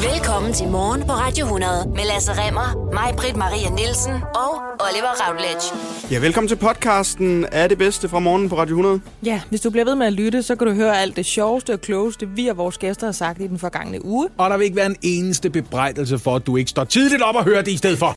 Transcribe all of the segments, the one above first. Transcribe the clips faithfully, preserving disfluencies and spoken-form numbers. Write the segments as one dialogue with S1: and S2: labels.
S1: Velkommen til Morgen på Radio hundrede med Lasse Remmer, mig, Britt Maria Nielsen og Oliver Routledge.
S2: Ja, velkommen til podcasten af det bedste fra Morgen på Radio hundrede.
S3: Ja, hvis du bliver ved med at lytte, så kan du høre alt det sjoveste og klogeste, vi og vores gæster har sagt i den forgangne uge.
S4: Og der vil ikke være en eneste bebrejdelse for, at du ikke står tidligt op og hører det i stedet for.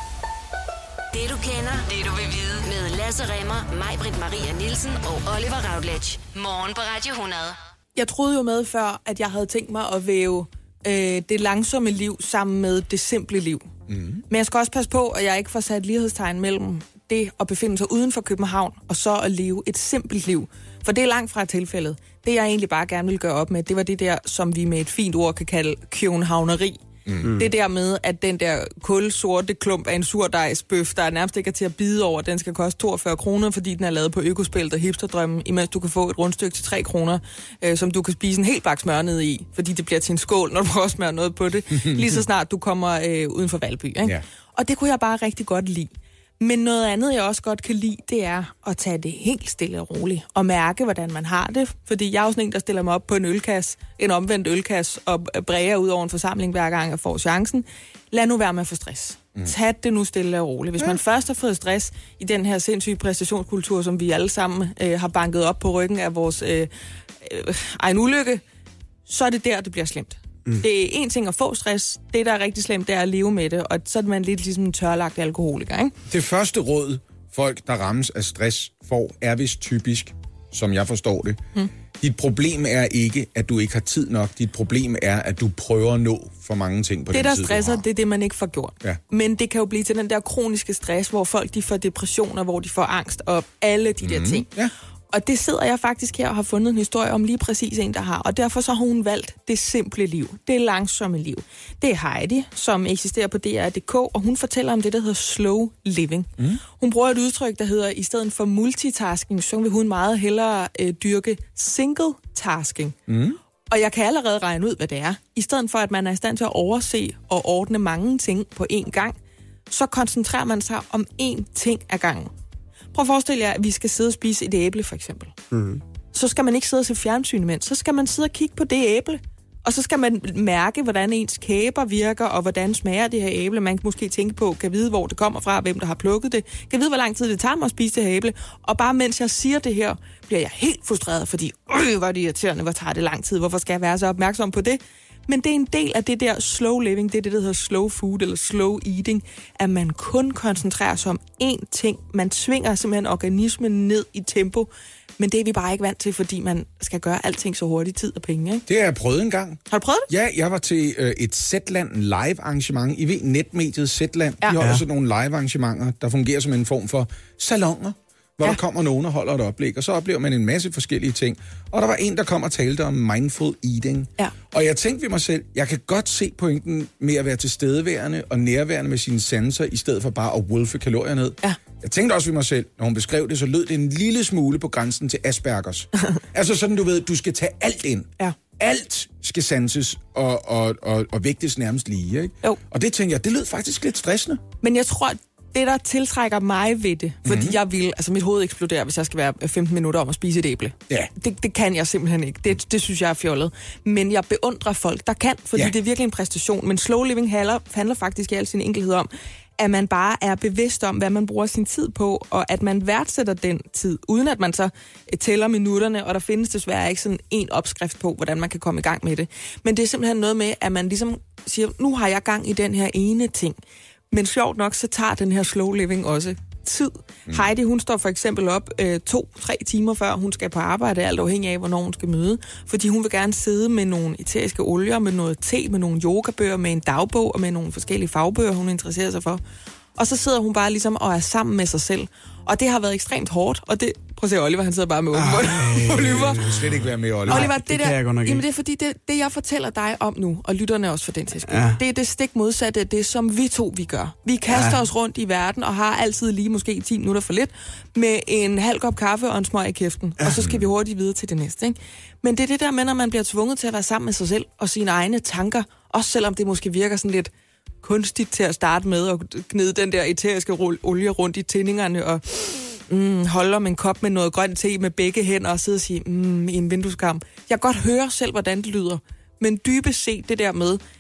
S1: Det du kender, det du vil vide med Lasse Remmer, mig, Britt Maria Nielsen og Oliver Routledge. Morgen på Radio hundrede.
S3: Jeg troede jo med før, at jeg havde tænkt mig at væve øh, det langsomme liv sammen med det simple liv. Mm. Men jeg skal også passe på, at jeg ikke får sat lighedstegn mellem det at befinde sig uden for København og så at leve et simpelt liv. For det er langt fra tilfældet. Det jeg egentlig bare gerne vil gøre op med, det var det der, som vi med et fint ord kan kalde københavneri. Mm. Det der med, at den der kulsorte klump af en surdejsbøf, der nærmest ikke er til at bide over, den skal koste toogfyrre kroner, fordi den er lavet på økospelt og hipsterdrømme, imens du kan få et rundstykke til tre kroner, øh, som du kan spise en hel bakke smør ned i, fordi det bliver til en skål, når du prøver at smøre noget på det, lige så snart du kommer øh, uden for Valby. Ikke? Ja. Og det kunne jeg bare rigtig godt lide. Men noget andet, jeg også godt kan lide, det er at tage det helt stille og roligt og mærke, hvordan man har det. Fordi jeg er jo sådan en, der stiller mig op på en ølkasse, en omvendt ølkasse, og bræger ud over en forsamling hver gang jeg får chancen. Lad nu være med at få stress. Mm. Tag det nu stille og roligt. Hvis man først har fået stress i den her sindssyge præstationskultur, som vi alle sammen øh, har banket op på ryggen af vores øh, øh, egen ulykke, så er det der, det bliver slemt. Mm. Det er en ting at få stress. Det, der er rigtig slemt, det er at leve med det. Og så er man lidt ligesom en tørlagt alkoholiker, ikke?
S4: Det første råd, folk, der rammes af stress, får, er vist typisk, som jeg forstår det. Mm. Dit problem er ikke, at du ikke har tid nok. Dit problem er, at du prøver at nå for mange ting på
S3: det,
S4: den
S3: der
S4: tid,
S3: stresser, det er det, man ikke får gjort.
S4: Ja.
S3: Men det kan jo blive til den der kroniske stress, hvor folk de får depressioner, hvor de får angst og alle de der mm. ting. Ja. Og det sidder jeg faktisk her og har fundet en historie om lige præcis en, der har. Og derfor så har hun valgt det simple liv. Det langsomme liv. Det er Heidi, som eksisterer på D R punktum d k, og hun fortæller om det, der hedder slow living. Mm. Hun bruger et udtryk, der hedder, i stedet for multitasking, så vil hun meget hellere øh, dyrke single tasking. Mm. Og jeg kan allerede regne ud, hvad det er. I stedet for, at man er i stand til at overse og ordne mange ting på én gang, så koncentrerer man sig om én ting ad gangen. Prøv at forestille jer, at vi skal sidde og spise et æble, for eksempel. Mm. Så skal man ikke sidde og se fjernsyn imens. Så skal man sidde og kigge på det æble. Og så skal man mærke, hvordan ens kæber virker, og hvordan smager det her æble. Man kan måske tænke på, kan vide, hvor det kommer fra, hvem der har plukket det. Kan vide, hvor lang tid det tager mig at spise det her æble. Og bare mens jeg siger det her, bliver jeg helt frustreret, fordi, øh, hvor er det irriterende, hvor tager det lang tid. Hvorfor skal jeg være så opmærksom på det? Men det er en del af det der slow living, det er det, der hedder slow food eller slow eating, at man kun koncentrerer sig om én ting. Man tvinger simpelthen organismen ned i tempo, men det er vi bare ikke vant til, fordi man skal gøre alting så hurtigt, tid og penge, ikke?
S4: Det har jeg prøvet en gang.
S3: Har du prøvet det?
S4: Ja, jeg var til øh, et Zetland live-arrangement. I ved, netmediet Zetland, ja. De har ja. også nogle live-arrangementer, der fungerer som en form for salonger, hvor ja. der kommer nogen og holder et oplæg, og så oplever man en masse forskellige ting. Og der var en, der kom og talte om mindful eating. Ja. Og jeg tænkte ved mig selv, jeg kan godt se pointen med at være tilstedeværende og nærværende med sine sanser, i stedet for bare at wolfe kalorier ned. Ja. Jeg tænkte også ved mig selv, når hun beskrev det, så lød det en lille smule på grænsen til Aspergers. Altså sådan, du ved, du skal tage alt ind. Ja. Alt skal sanses og, og, og, og vægtes nærmest lige, ikke? Jo. Og det tænker jeg, det lød faktisk lidt stressende.
S3: Men jeg tror, det, der tiltrækker mig ved det, fordi mm-hmm. jeg vil, altså mit hoved eksploderer, hvis jeg skal være femten minutter om at spise et æble. Ja. Det, det kan jeg simpelthen ikke. Det, det synes jeg er fjollet. Men jeg beundrer folk, der kan, fordi ja. det er virkelig en præstation. Men slow living handler, handler faktisk i al sin enkelhed om, at man bare er bevidst om, hvad man bruger sin tid på, og at man værdsætter den tid, uden at man så tæller minutterne, og der findes desværre ikke sådan en opskrift på, hvordan man kan komme i gang med det. Men det er simpelthen noget med, at man ligesom siger, nu har jeg gang i den her ene ting. Men sjovt nok, så tager den her slow living også tid. Mm. Heidi, hun står for eksempel op øh, to-tre timer før hun skal på arbejde, alt afhængig af, hvornår hun skal møde. Fordi hun vil gerne sidde med nogle æteriske olier, med noget te, med nogle yogabøger, med en dagbog og med nogle forskellige fagbøger, hun interesserer sig for. Og så sidder hun bare ligesom og er sammen med sig selv. Og det har været ekstremt hårdt, og det... Prøv at se, Oliver, han sidder bare med åben mund.
S4: Oliver. Du slet ikke være med, Oliver.
S3: Oliver, det,
S2: det
S3: der,
S2: kan jeg godt nok
S3: jamen det er fordi, det, det jeg fortæller dig om nu, og lytterne også for den til skyld, ja. det er det stik modsatte, det som vi to, vi gør. Vi kaster ja. os rundt i verden, og har altid lige måske ti minutter for lidt, med en halv kop kaffe og en smøg i kæften, ja. og så skal vi hurtigt videre til det næste. Ikke? Men det er det der med, når man bliver tvunget til at være sammen med sig selv, og sine egne tanker, også selvom det måske virker sådan lidt kunstigt til at starte med, og gnide den der æteriske olie rundt i tændingerne, og mm, holde om en kop med noget grønt te med begge hænder, og sidde og sige, mm, i en vindueskarm. Jeg kan godt høre selv, hvordan det lyder, men dybest set det der med,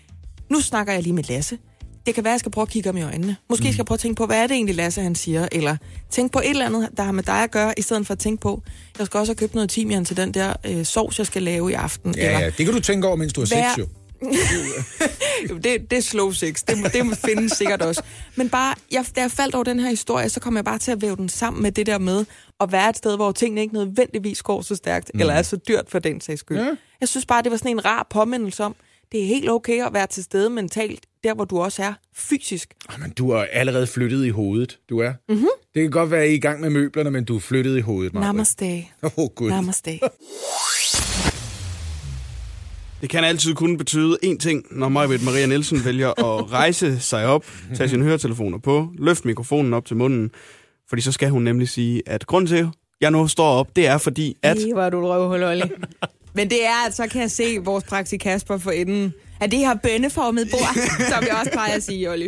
S3: nu snakker jeg lige med Lasse. Det kan være, at jeg skal prøve at kigge ham i øjnene. Måske skal jeg prøve at tænke på, hvad er det egentlig, Lasse han siger? Eller tænke på et eller andet, der har med dig at gøre, i stedet for at tænke på, jeg skal også have købt noget timian til den der øh, sovs, jeg skal lave i aften.
S4: Ja,
S3: eller,
S4: ja, det kan du tænke over, mens du har sex, jo.
S3: det, det er slow sex. Det, må, det må findes sikkert også. Men bare, jeg, da jeg faldt over den her historie, så kom jeg bare til at væve den sammen med det der med at være et sted, hvor tingene ikke nødvendigvis går så stærkt, mm. eller er så dyrt for den sags skyld. Ja. Jeg synes bare, det var sådan en rar påmindelse om, det er helt okay at være til stede mentalt, der hvor du også er fysisk. Oh,
S4: men du er allerede flyttet i hovedet, du er. Mm-hmm. Det kan godt være, at I er i gang med møblerne, men du er flyttet i hovedet, Maja.
S3: Namaste.
S4: Oh, Gud.
S3: Namaste.
S2: Det kan altid kun betyde én ting, når Maj-Britt Maria Nielsen vælger at rejse sig op, tage sine høretelefoner på, løfte mikrofonen op til munden, fordi så skal hun nemlig sige, at grunden til, at jeg nu står op, det er fordi, at...
S3: Det var du et røvhul, Olli. Men det er, at så kan jeg se vores praktik Kasper for enden af det her bønneformede bord, som jeg også plejer at sige, Olli.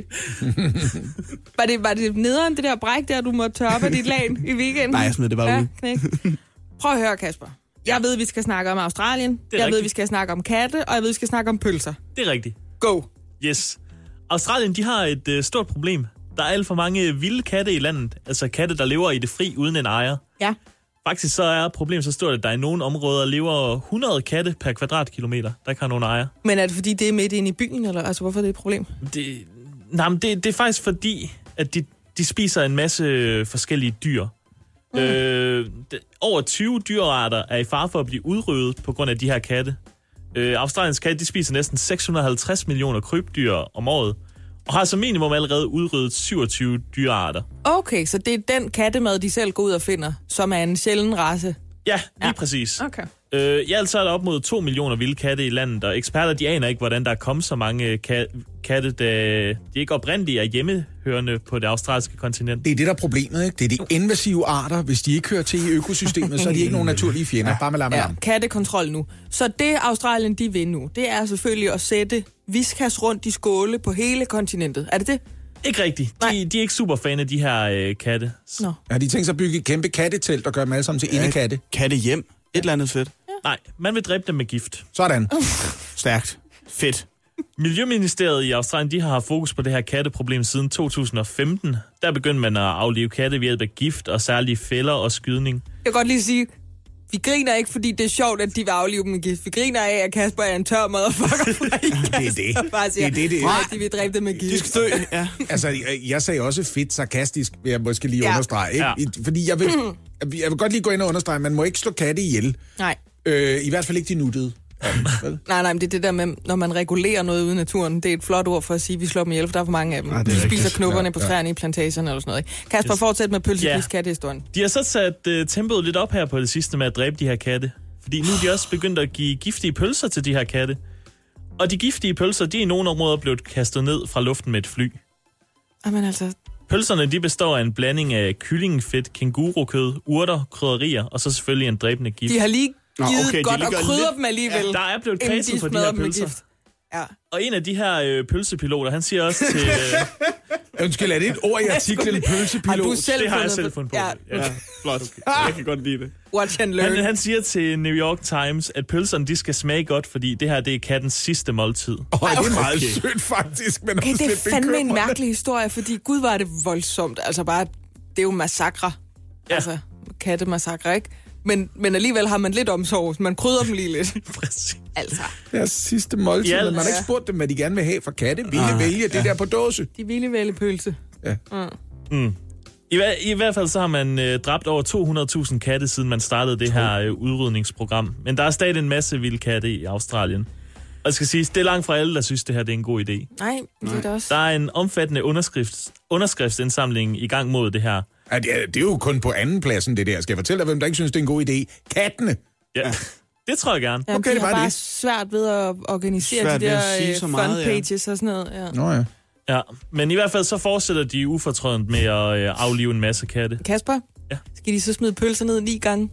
S3: Var det, var det nederen, det der bræk der, du måtte tørre op af dit lag i weekenden?
S2: Nej, jeg smed det bare
S3: ja,
S2: ud.
S3: Knæk. Prøv at høre, Kasper. Jeg ved, vi skal snakke om Australien. Jeg
S5: rigtigt.
S3: ved, vi skal snakke om katte, og jeg ved, vi skal snakke om pølser.
S5: Det er rigtigt.
S3: Go!
S5: Yes. Australien, de har et øh, stort problem. Der er alt for mange vilde katte i landet. Altså katte, der lever i det fri uden en ejer.
S3: Ja.
S5: Faktisk så er problemet så stort, at der i nogle områder lever hundrede katte per kvadratkilometer, der ikke har nogen ejer.
S3: Men er det fordi, det er midt inde i byen, eller altså, hvorfor er det et problem?
S5: Det, nej, men det, det er faktisk fordi, at de, de spiser en masse forskellige dyr. Mm. Øh, det, over tyve dyrearter er i fare for at blive udryddet på grund af de her katte. Øh, Australiens katte, de spiser næsten seks hundrede og halvtreds millioner krybdyr om året, og har som minimum allerede udryddet syvogtyve dyrearter.
S3: Okay, så det er den kattemad, de selv går ud og finder, som er en sjælden race?
S5: Ja, lige ja. præcis.
S3: Okay.
S5: Øh, I alt så er der op mod to millioner vilde katte i landet, og eksperter de aner ikke, hvordan der er kommet så mange ka- katte, der de ikke oprindeligt er hjemmehørende på det australske kontinent.
S4: Det er det, der er problemet, ikke? Det er de invasive arter. Hvis de ikke hører til i økosystemet, så er de ikke nogen naturlige fjender. Ja. Bare med lam,
S3: ja, kattekontrol nu. Så det Australien, de vil nu, det er selvfølgelig at sætte viskas rundt i skåle på hele kontinentet. Er det det?
S5: Ikke rigtigt. De, de er ikke super fan af de her øh, katte.
S3: Nå.
S4: Ja, de tænker sig at bygge et kæmpe kattetelt og gøre dem alle sammen til ja, indekatte.
S2: Katte hjem. Et eller andet fedt.
S5: Ja. Nej, man vil dræbe dem med gift.
S4: Sådan.
S2: Stærkt. Fedt.
S5: Miljøministeriet i Australien, de har haft fokus på det her katteproblem siden to tusind og femten. Der begyndte man at aflive katte ved hjælp af gift og særlige fælder og skydning.
S3: Jeg kan godt lige sige, vi griner ikke, fordi det er sjovt, at de vil aflive dem med gift. Vi griner af, at Kasper er en tør motherfucker.
S4: Det er det.
S3: Bare siger,
S4: det er det, det er.
S3: Nej, de vil dræbe dem med gift.
S2: Stø, ja.
S4: Altså, jeg, jeg sagde også fedt sarkastisk, vil jeg måske lige ja. understrege. Ikke?
S5: Ja.
S4: Fordi jeg vil, jeg vil godt lige gå ind og understrege, at man må ikke slå katte ihjel.
S3: Nej.
S4: Øh, I hvert fald ikke de nuttede.
S3: nej, nej, men det er det der med, når man regulerer noget ude i naturen. Det er et flot ord for at sige, at vi slår dem ihjel, for der er for mange af dem. Ja, de spiser knopperne ja, på træerne ja. i plantagerne eller sådan noget. Ikke? Kasper, yes. fortsæt med pølsefisk-kattehistorien.
S5: De har så sat uh, tempoet lidt op her på det sidste med at dræbe de her katte. Fordi nu er de også begyndt at give giftige pølser til de her katte. Og de giftige pølser, de er i nogle områder blevet kastet ned fra luften med et fly.
S3: Jamen altså...
S5: Pølserne, de består af en blanding af kyllingefedt, kængurukød, urter, krydderier og så selvfølgelig en dræbende gift.
S3: De har lige givet Nå, okay, godt og krydder
S5: lidt...
S3: dem alligevel.
S5: Ja, der er blevet kredset på de her pølser.
S3: Ja.
S5: Og en af de her øh, pølsepiloter, han siger også til... Øh...
S4: Undskyld, er det et ord i artiklen, pølsepilot?
S3: Har du selv
S5: det har jeg selv fundet på.
S3: Ja,
S5: ja.
S2: ja flot. Okay. Jeg kan godt lide det.
S3: Watch and learn.
S5: Han, han siger til New York Times, at pølserne de skal smage godt, fordi det her det er kattens sidste måltid.
S4: Åh, oh, det er meget okay. sødt faktisk, men
S3: okay,
S4: også
S3: det
S4: lidt
S3: er fandme
S4: bekymrende.
S3: en mærkelig historie, fordi gud var det voldsomt. Altså bare, det er jo massakre. Ja. Altså, kattemassakre, ikke? Men, men alligevel har man lidt omsorg, man krydder dem lige lidt.
S5: Præcis.
S3: Altså.
S4: Deres sidste måltid, ja, men man har ikke spurgt dem, hvad de gerne vil have for katte. Ville ah, vælge ja. det der på dåse.
S3: De ville vælge pølse.
S4: Ja.
S5: Mm. Mm. I, I hvert fald så har man øh, dræbt over to hundrede tusind katte, siden man startede det her øh, udrydningsprogram. Men der er stadig en masse vilde katte i Australien. Og jeg skal sige, det er langt fra alle, der synes, det her det er en god idé.
S3: Nej, det er det også.
S5: Der er en omfattende underskrift, underskriftsindsamling i gang mod det her.
S4: Ja, det, er, det er jo kun på anden pladsen, det der. Skal jeg fortælle dig, hvem der ikke synes, det er en god idé? Kattene!
S5: Ja, det tror jeg gerne.
S3: Ja,
S4: okay,
S3: de
S4: det
S3: har
S4: var
S3: bare
S4: det.
S3: svært ved at organisere svært de der fun pages ja. og sådan noget. Ja.
S4: Nå ja.
S5: Ja, men i hvert fald så fortsætter de ufortrødent med at øh, aflive en masse katte.
S3: Kasper?
S5: Ja?
S3: Skal de så smide pølser ned ni gange?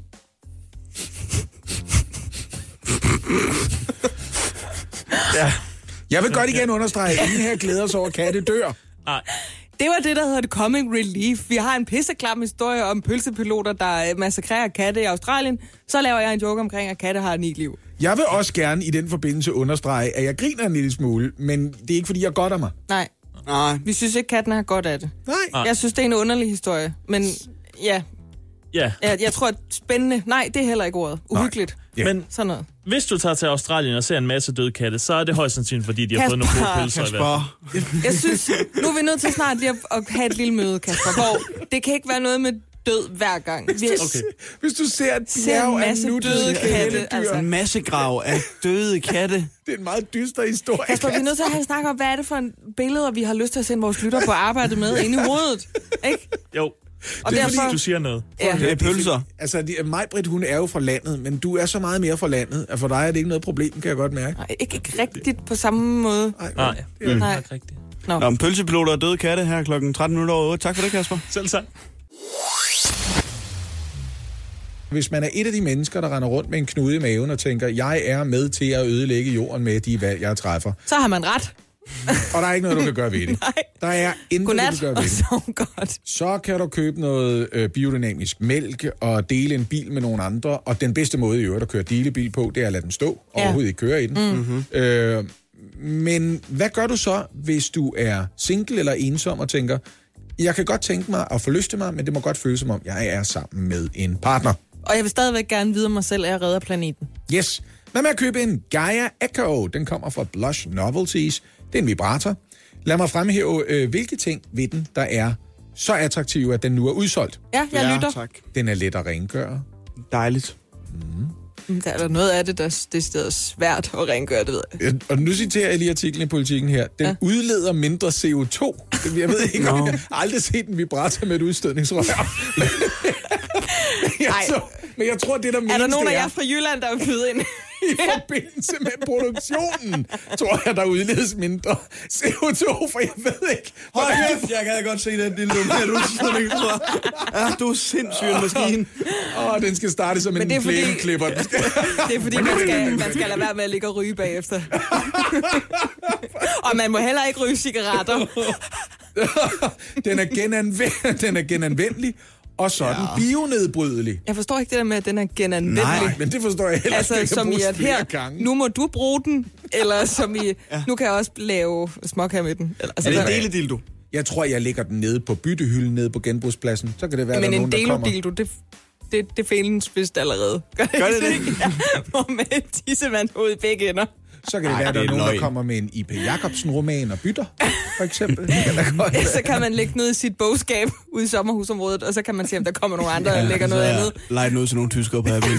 S4: ja. Jeg vil godt igen understrege, at ingen her glæder sig over, at katte dør.
S5: Nej.
S3: Det var det, der hedder det comic relief. Vi har en pisseklam historie om pølsepiloter, der massakrerer katte i Australien. Så laver jeg en joke omkring, at katte har ni liv.
S4: Jeg vil også gerne i den forbindelse understrege, at jeg griner en lille smule, men det er ikke, fordi jeg godter mig.
S3: Nej.
S2: Nej.
S3: Vi synes ikke, katten har godt af det.
S4: Nej.
S3: Jeg synes, det er en underlig historie. Men ja,
S5: Ja.
S3: jeg, jeg tror, at spændende... Nej, det er heller ikke ordet. Uhyggeligt.
S4: Ja.
S5: Men
S3: Sådan noget.
S5: hvis du tager til Australien og ser en masse døde katte, så er det højst sandsynligt, fordi de har fået nogle gode pølser i hvert fald.
S2: Kasper.
S3: Jeg synes, nu er vi nødt til snart lige at, at have et lille møde, Kasper, hvor det kan ikke være noget med død hver gang. Vi
S5: Okay.
S4: Hvis du ser et
S3: ser
S4: bjerg
S3: en
S4: af
S3: masse
S4: nuttede
S3: døde katte.
S4: kæledyr,
S3: Altså.
S2: En massegrav af døde katte.
S4: det er en meget dyster historie.
S3: Kasper, vi er nødt til at have en snak om, hvad er det for en billeder, vi har lyst til at sende vores lytter på arbejde med inde i hovedet. Ikke?
S5: Jo,
S3: Og
S4: Det er
S3: derfor...
S5: fordi du siger noget.
S3: Ja.
S2: Det er pølser.
S4: Altså, det, Maj-Britt, hun er jo fra landet, men du er så meget mere fra landet, at for dig er det ikke noget problem, kan jeg godt mærke.
S3: Nej, ikke, ikke rigtigt på samme måde.
S5: Nej, det er
S3: Nej.
S5: ikke rigtigt.
S3: Nå.
S2: Nå, om pølsepiloter og døde katte her klokken tretten minutter over otte. Tak for det, Kasper.
S5: Selv tak.
S4: Hvis man er et af de mennesker, der render rundt med en knude i maven og tænker, jeg er med til at ødelægge jorden med de valg, jeg træffer,
S3: Så har man ret.
S4: og der er ikke noget, du kan gøre ved det.
S3: Nej.
S4: Der er intet, du kan
S3: Godnat,
S4: gøre ved
S3: og
S4: det.
S3: sov godt.
S4: Så kan du købe noget øh, biodynamisk mælk og dele en bil med nogle andre. Og den bedste måde i øvrigt at køre delebil på, det er at lade den stå og
S3: Ja.
S4: overhovedet ikke køre i den. Mm-hmm. Øh, men hvad gør du så, hvis du er single eller ensom og tænker, jeg kan godt tænke mig at forlyste mig, men det må godt føles som om, jeg er sammen med en partner.
S3: Og jeg vil stadigvæk gerne vide mig selv, at jeg redder planeten.
S4: Yes. Hvad med at købe en Gaia Echo? Den kommer fra Blush Novelties. Det er en vibrator. Lad mig fremhæve, øh, hvilke ting ved den, der er så attraktive, at den nu er udsolgt.
S3: Ja, jeg
S2: Ja,
S3: lytter.
S2: tak.
S4: Den er let at rengøre.
S2: Dejligt.
S3: Der er der noget af det, der det er svært at rengøre, det ved jeg.
S4: Øh, Og nu citerer jeg lige artiklen i Politiken her. Den ja. udleder mindre C O to. Jeg ved ikke, om jeg har aldrig set en vibrator med et udstødningsrør. men, jeg
S3: Ej.
S4: så, men jeg tror, det der menes,
S3: Er der nogen af
S4: det
S3: jer fra Jylland, der vil byde ind?
S4: i forbindelse med produktionen, tror jeg, der udledes mindre C O to, for jeg ved ikke.
S2: Hold kæft, jeg kan godt se den lille lumme her, du Ja, du er sindssyg en maskine.
S4: Åh, den skal starte som
S3: Men
S4: en
S3: det er fordi-
S4: plæneklipper. Den skal...
S3: Det er fordi, man skal, man skal lade være med at ligge og ryge bagefter. Og man må heller ikke ryge cigaretter.
S4: den, er genanv- den er genanvendelig, og så er den
S2: Ja.
S4: bionedbrydelig.
S3: Jeg forstår ikke det der med, at den er genanvendelig.
S2: Nej.
S4: Men det forstår jeg heller
S3: Altså,
S4: ikke.
S3: som i at her,
S4: gange.
S3: nu må du bruge den, eller som i, nu kan jeg også lave småkager med den. Eller, altså,
S2: Er det en
S3: der-
S2: deledildo?
S4: Jeg tror, jeg lægger den nede på byttehylden nede på genbrugspladsen. Så kan det være,
S3: Men
S4: der er
S3: en
S4: nogen, der kommer.
S3: delodildo, det, det, det findes vist allerede. Gør det,
S2: Gør det
S3: ikke? Ja, hvor med tissemand ud i begge ender.
S4: Så kan det
S2: Ej,
S4: være,
S2: det
S4: der
S2: er
S4: er nogen, der
S2: løgn.
S4: kommer med en I P Jacobsen-roman og bytter, for eksempel. Det kan da godt være.
S3: Så kan man lægge ned i sit bogskab ude i sommerhusområdet, og så kan man se, om der kommer nogle andre, der lægger noget andet.
S2: Lej den ud til nogle tyskere på Airbnb.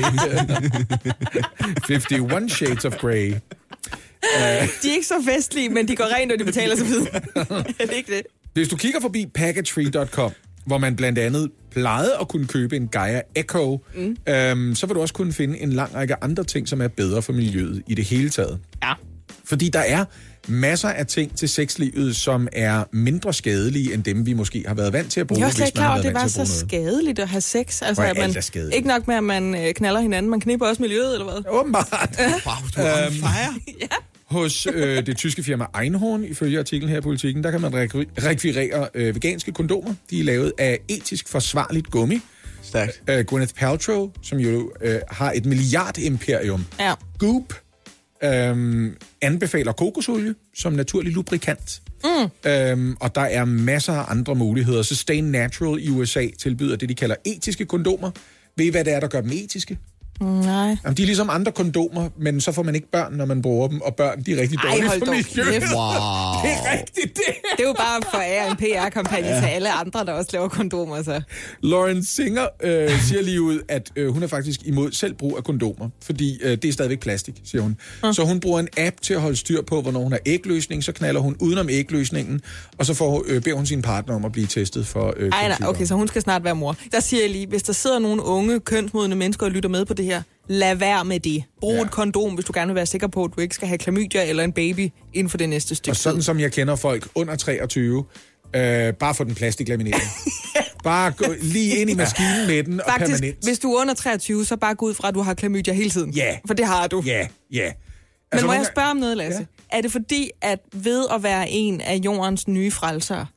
S4: fifty-one Shades of Grey.
S3: De er ikke så festlige, men de går rent, når de betaler sig videre. Er det ikke det?
S4: Hvis du kigger forbi package punktum com, hvor man blandt andet plejede at kunne købe en Gaia Echo, mm. øhm, så vil du også kunne finde en lang række andre ting, som er bedre for miljøet i det hele taget.
S3: Ja.
S4: Fordi der er masser af ting til sexlivet, som er mindre skadelige, end dem, vi måske har været vant til at bruge.
S3: Jeg er også
S4: hvis
S3: slet
S4: man
S3: klar
S4: har
S3: over, at
S4: været
S3: det
S4: vant
S3: var
S4: til
S3: så
S4: at bruge
S3: skadeligt at have sex. Altså,
S4: Hvor er
S3: at man,
S4: alt er skadeligt.
S3: ikke nok med, at man øh, knaller hinanden, man knipper også miljøet, eller hvad?
S4: noget. Åbenbart.
S2: Wow, du er on fire.
S4: Hos øh, det tyske firma Einhorn, ifølge artiklen her i Politiken, der kan man rekvi- rekvirere øh, veganske kondomer. De er lavet af etisk forsvarligt gummi.
S2: Stærkt.
S4: Øh, Gwyneth Paltrow, som jo øh, har et milliardimperium.
S3: Ja.
S4: Goop øh, anbefaler kokosolie som naturlig lubrikant. Mm. Øh, og der er masser af andre muligheder. Sustain Natural i U S A tilbyder det, de kalder etiske kondomer. Ved I, hvad det er, der gør dem etiske?
S3: Nej.
S4: Jamen, de er ligesom andre kondomer, men så får man ikke børn, når man bruger dem, og børn, de er rigtig
S3: Ej,
S4: dårlige
S3: hold
S4: for
S3: dog
S4: miljøet.
S3: kæft.
S2: Wow.
S4: Det er rigtigt, det.
S3: Det er jo bare for at ære en P R-kampagne ja. til alle andre, der også laver kondomer. Så.
S4: Lauren Singer øh, siger lige ud, at øh, hun er faktisk imod selv brug af kondomer, fordi øh, det er stadigvæk plastik, siger hun. Mm. Så hun bruger en app til at holde styr på, hvornår hun har ægløsning, så knalder hun udenom ægløsningen, og så får, øh, beder hun sin partner om at blive testet for øh,
S3: Ej, nej, okay, så hun skal snart være mor. Der siger jeg lige, hvis der sidder nogle unge, kønsmodne mennesker og lytter med på det her, lad være med det. Brug
S4: Ja.
S3: et kondom, hvis du gerne vil være sikker på, at du ikke skal have klamydia eller en baby inden for det næste stykke
S4: Og sådan
S3: tid.
S4: som jeg kender folk under treogtyve, øh, bare få den plastiklamineret. Bare gå lige ind i maskinen med den, og
S3: Faktisk,
S4: permanent.
S3: hvis du er under treogtyve, så bare gå ud fra, at du har klamydia hele tiden.
S4: Ja.
S3: For det har du.
S4: Ja, ja.
S3: Men må
S4: nogle
S3: jeg spørge om noget, Lasse? Ja. Er det fordi, at ved at være en af jordens nye frelsere,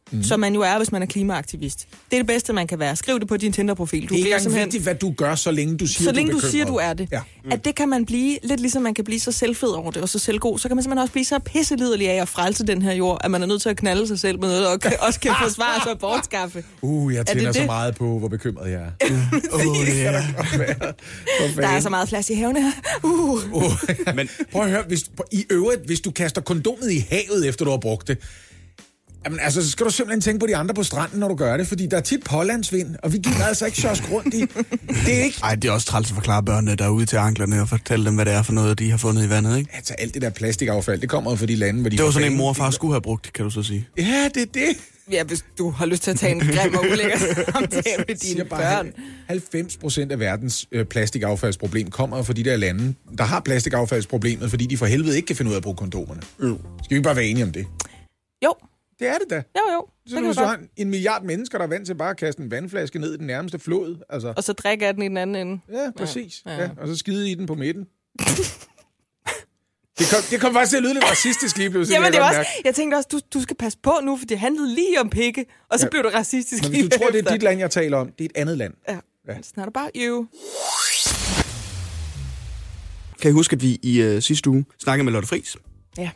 S3: mm. som man jo er, hvis man er klimaaktivist. Det er det bedste, man kan være. Skriv det på din Tinder-profil. Du
S4: det er ikke
S3: simpelthen...
S4: vigtigt, hvad du gør, så længe du siger,
S3: så længe
S4: du,
S3: du siger, du er det.
S4: Ja. Mm.
S3: At det kan man blive, lidt ligesom man kan blive så selvfed over det, og så selvgod, så kan man simpelthen også blive så pisseliderlig af at frelse den her jord, at man er nødt til at knalde sig selv med noget, og kan, også kan forsvare sig og bortskaffe.
S4: Uh, jeg tænder så
S3: det?
S4: meget på, hvor bekymret jeg er. Uh,
S2: ja.
S3: Der er så meget plads i havene her. Uh.
S4: Uh. Men prøv at høre, hvis, i øvrigt, hvis du kaster kondomet i havet, efter du har brugt det, jamen, altså, så skal du simpelthen tænke på de andre på stranden, når du gør det, fordi der er tit pålandsvind, og vi giver altså ikke sjosk rundt i. Det er ikke...
S2: Ej, det er også træls at forklare børnene derude til anklerne og fortælle dem, hvad det er for noget, de har fundet i vandet, ikke?
S4: Altså, alt det der plastikaffald, det kommer jo fra de lande, hvor de...
S2: Det var sådan en mor og far skulle have brugt, kan du så sige.
S4: Ja, det er det.
S3: Ja, hvis du har lyst til at tage en grim og ulækker samtale med dine børn.
S4: halvfems procent af verdens øh, plastikaffaldsproblem kommer fra de der lande, der har plastikaffaldsproblemet, fordi de for helvede ikke kan finde ud af at bruge kondomerne. Mm. Skal vi ikke bare være enige om det?
S3: Jo.
S4: Det er det da.
S3: Jo, jo.
S4: Så du så en, en milliard mennesker, der er vant til bare at kaste en vandflaske ned i den nærmeste flod. Altså.
S3: Og så drikker den i den anden ende.
S4: Ja, præcis. Ja.
S3: Ja.
S4: Ja. Og så skide i den på midten. Det kom, det kom faktisk til at lyde lidt racistisk lige pludselig.
S3: Jamen, det
S4: jeg,
S3: var også, jeg tænkte også, du, du skal passe på nu, for det handlede lige om pikke, og så ja. blev du racistisk.
S4: Men hvis du tror, det er dit land, jeg taler om, det er et andet land.
S3: Ja, ja. It's not about you.
S2: Kan I huske, at vi i øh, sidste uge snakkede med Lotte Friis?
S3: Ja.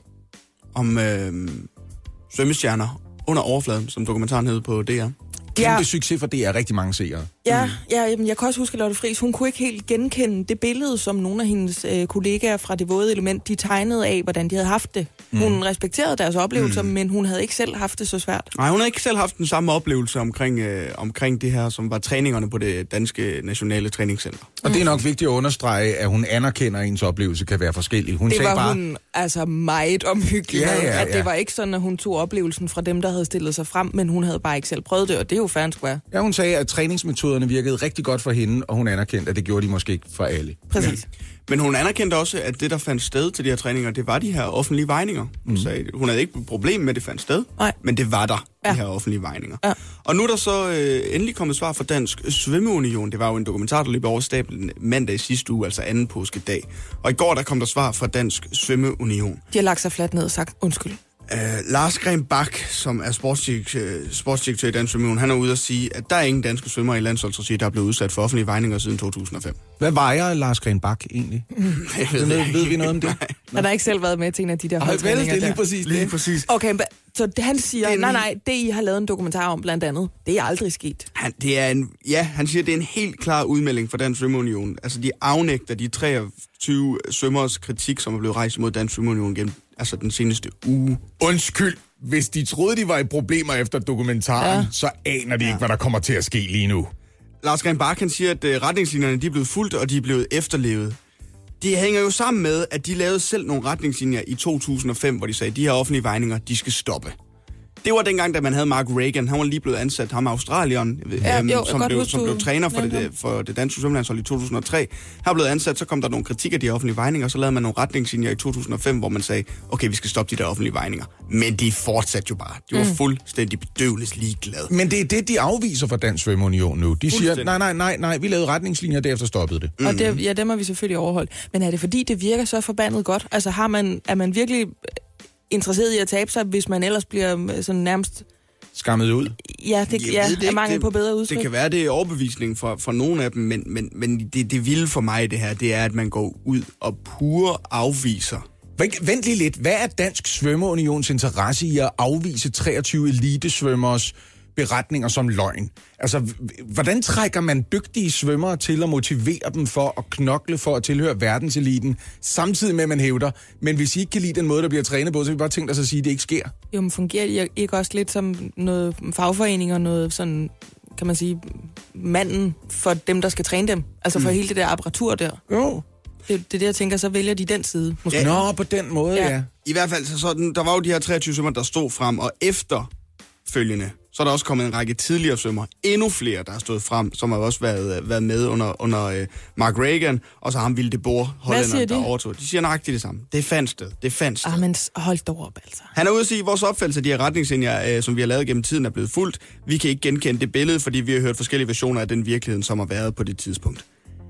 S2: Om øh, svømmestjerner under overfladen, som dokumentaren hed på D R.
S4: Kæmpe
S3: Ja.
S4: succes for det er rigtig mange seere.
S3: Ja, ja jamen, jeg kan også huske, at Lotte Friis, hun kunne ikke helt genkende det billede, som nogle af hendes øh, kollegaer fra Det Våde Element, de tegnede af, hvordan de havde haft det. Hun mm. respekterede deres oplevelser, mm. men hun havde ikke selv haft det så svært.
S2: Nej, hun havde ikke selv haft den samme oplevelse omkring, øh, omkring det her, som var træningerne på det danske nationale træningscenter.
S4: Og det er nok vigtigt at understrege, at hun anerkender, at ens oplevelse kan være forskellig. Hun
S3: det
S4: sagde
S3: var
S4: bare...
S3: hun altså meget omhyggelig
S4: Ja,
S3: med,
S4: ja, ja.
S3: at det var ikke sådan, at hun tog oplevelsen fra dem, der havde stillet sig frem, men hun havde bare ikke selv prøvet det, og det er jo fair and square.
S4: Ja, hun sagde, at træningsmetoderne virkede rigtig godt for hende, og hun anerkendte, at det gjorde de måske ikke for alle.
S3: Præcis.
S2: Men hun anerkendte også, at det, der fandt sted til de her træninger, det var de her offentlige vejninger. Hun, mm. sagde, hun havde ikke et problem med, at det fandt sted,
S3: Nej.
S2: men det var der,
S3: Ja.
S2: de her offentlige vejninger.
S3: Ja.
S2: Og nu er der så øh, endelig kommet svar fra Dansk Svømmeunion. Det var jo en dokumentar, der løb over stablen mandag i sidste uge, altså anden påskedag. Og i går, der kom der svar fra Dansk Svømmeunion.
S3: De har lagt sig fladt ned og sagt undskyld.
S2: Uh, Lars Green Bak, som er sportsdirektør, sportsdirektør i Dansk Svømmeunion, han er ude at sige, at der er ingen danske svømmere i landsholdsregi, der er blevet udsat for offentlige vejninger siden to tusind og fem.
S4: Hvad vejer Lars Green Bak egentlig?
S2: Jeg ved,
S4: ved,
S2: ikke.
S4: ved vi noget om det?
S3: Han har ikke selv været med til en af de der
S4: Ej, vel,
S3: holdtræninger
S4: det er lige
S3: der.
S4: præcis
S2: Lige
S4: det.
S2: præcis.
S3: Okay, så det, han siger,
S2: Det er en-
S3: nej, nej, det I har lavet en dokumentar om blandt andet, det er aldrig sket.
S2: Han, det er en, ja, han siger, det er en helt klar udmelding fra Dansk Svømmeunion. Altså, de afnægter de treogtyve svømmers kritik, som er blevet rejst mod Dansk Svømmeunion gennem altså den seneste uge.
S4: Undskyld, hvis de troede, de var i problemer efter dokumentaren, ja. så aner de ikke, hvad der kommer til at ske lige nu.
S2: Lars Green Bak, han siger, at uh, retningslinjerne de er blevet fulgt, og de er blevet efterlevet. Det hænger jo sammen med, at de lavede selv nogle retningslinjer i to tusind og fem, hvor de sagde, at de her offentlige vejninger, de skal stoppe. Det var dengang, da man havde Mark Reagan. Han var lige blevet ansat, ham australieren,
S3: Ja,
S2: øhm,
S3: jo,
S2: som,
S3: godt
S2: blev,
S3: huske,
S2: som
S3: du
S2: blev træner for
S3: nævnte
S2: det,
S3: ham.
S2: for det danske svømmelandshold i to tusind og tre. Han er blevet ansat, så kom der nogle kritik af de offentlige vejninger, og så lavede man nogle retningslinjer i to tusind og fem, hvor man sagde, okay, vi skal stoppe de der offentlige vejninger. Men de fortsatte jo bare. De var mm. fuldstændig bedøvende ligeglade.
S4: Men det er det, de afviser fra Dansk Svømmeunion nu. De siger, nej, nej, nej, nej, vi lavede retningslinjer, og derefter stoppede det.
S3: Mm. Og det, ja, dem har vi selvfølgelig overholdt. Men er det fordi, det virker så forbandet godt? Altså har man, er man virkelig interesseret i at tabe sig, hvis man ellers bliver sådan nærmest...
S4: Skammet ud.
S3: Ja, det,
S2: Jeg
S3: ja
S2: ved det
S3: er
S2: ikke.
S3: mangel
S2: Det-
S3: på bedre udtryk.
S2: Det kan være, det er overbevisning for, for nogle af dem, men, men, men det, det vilde for mig, det her, det er, at man går ud og pure afviser.
S4: Vent, vent lige lidt. Hvad er Dansk Svømmeunions interesse i at afvise treogtyve elitesvømmers beretninger som løgn? Altså, h- hvordan trækker man dygtige svømmere til at motivere dem for at knokle for at tilhøre verdenseliten, samtidig med, at man hævder, men hvis I ikke kan lide den måde, der bliver trænet på, så har vi bare tænkt os at sige, at det ikke sker.
S3: Jo, men fungerer det ikke også lidt som noget fagforening og noget sådan, kan man sige, manden for dem, der skal træne dem? Altså for mm. hele det der apparatur der.
S4: Jo.
S3: Det, det er det, jeg tænker, så vælger de den side. Måske.
S2: Ja.
S4: Nå, på den måde, ja.
S3: Ja.
S4: ja.
S2: I hvert fald, så sådan, der var jo de her treogtyve svømmer, der stod frem, og efterfølgende, så er der også kommet en række tidligere svømmer, endnu flere, der har stået frem, som har også været, været med under, under uh, Mark Reagan, og så ham Vilde Boer,
S3: siger
S2: hollænderen,
S3: de?
S2: der overtog. De siger nøjagtigt det samme. Det fandt sted. Det fandt sted.
S3: Ah, men hold dog op, altså.
S2: Han er ude at sige, at vores opfattelse af de her retningslinjer, øh, som vi har lavet gennem tiden, er blevet fuldt. Vi kan ikke genkende det billede, fordi vi har hørt forskellige versioner af den virkelighed, som har været på det tidspunkt.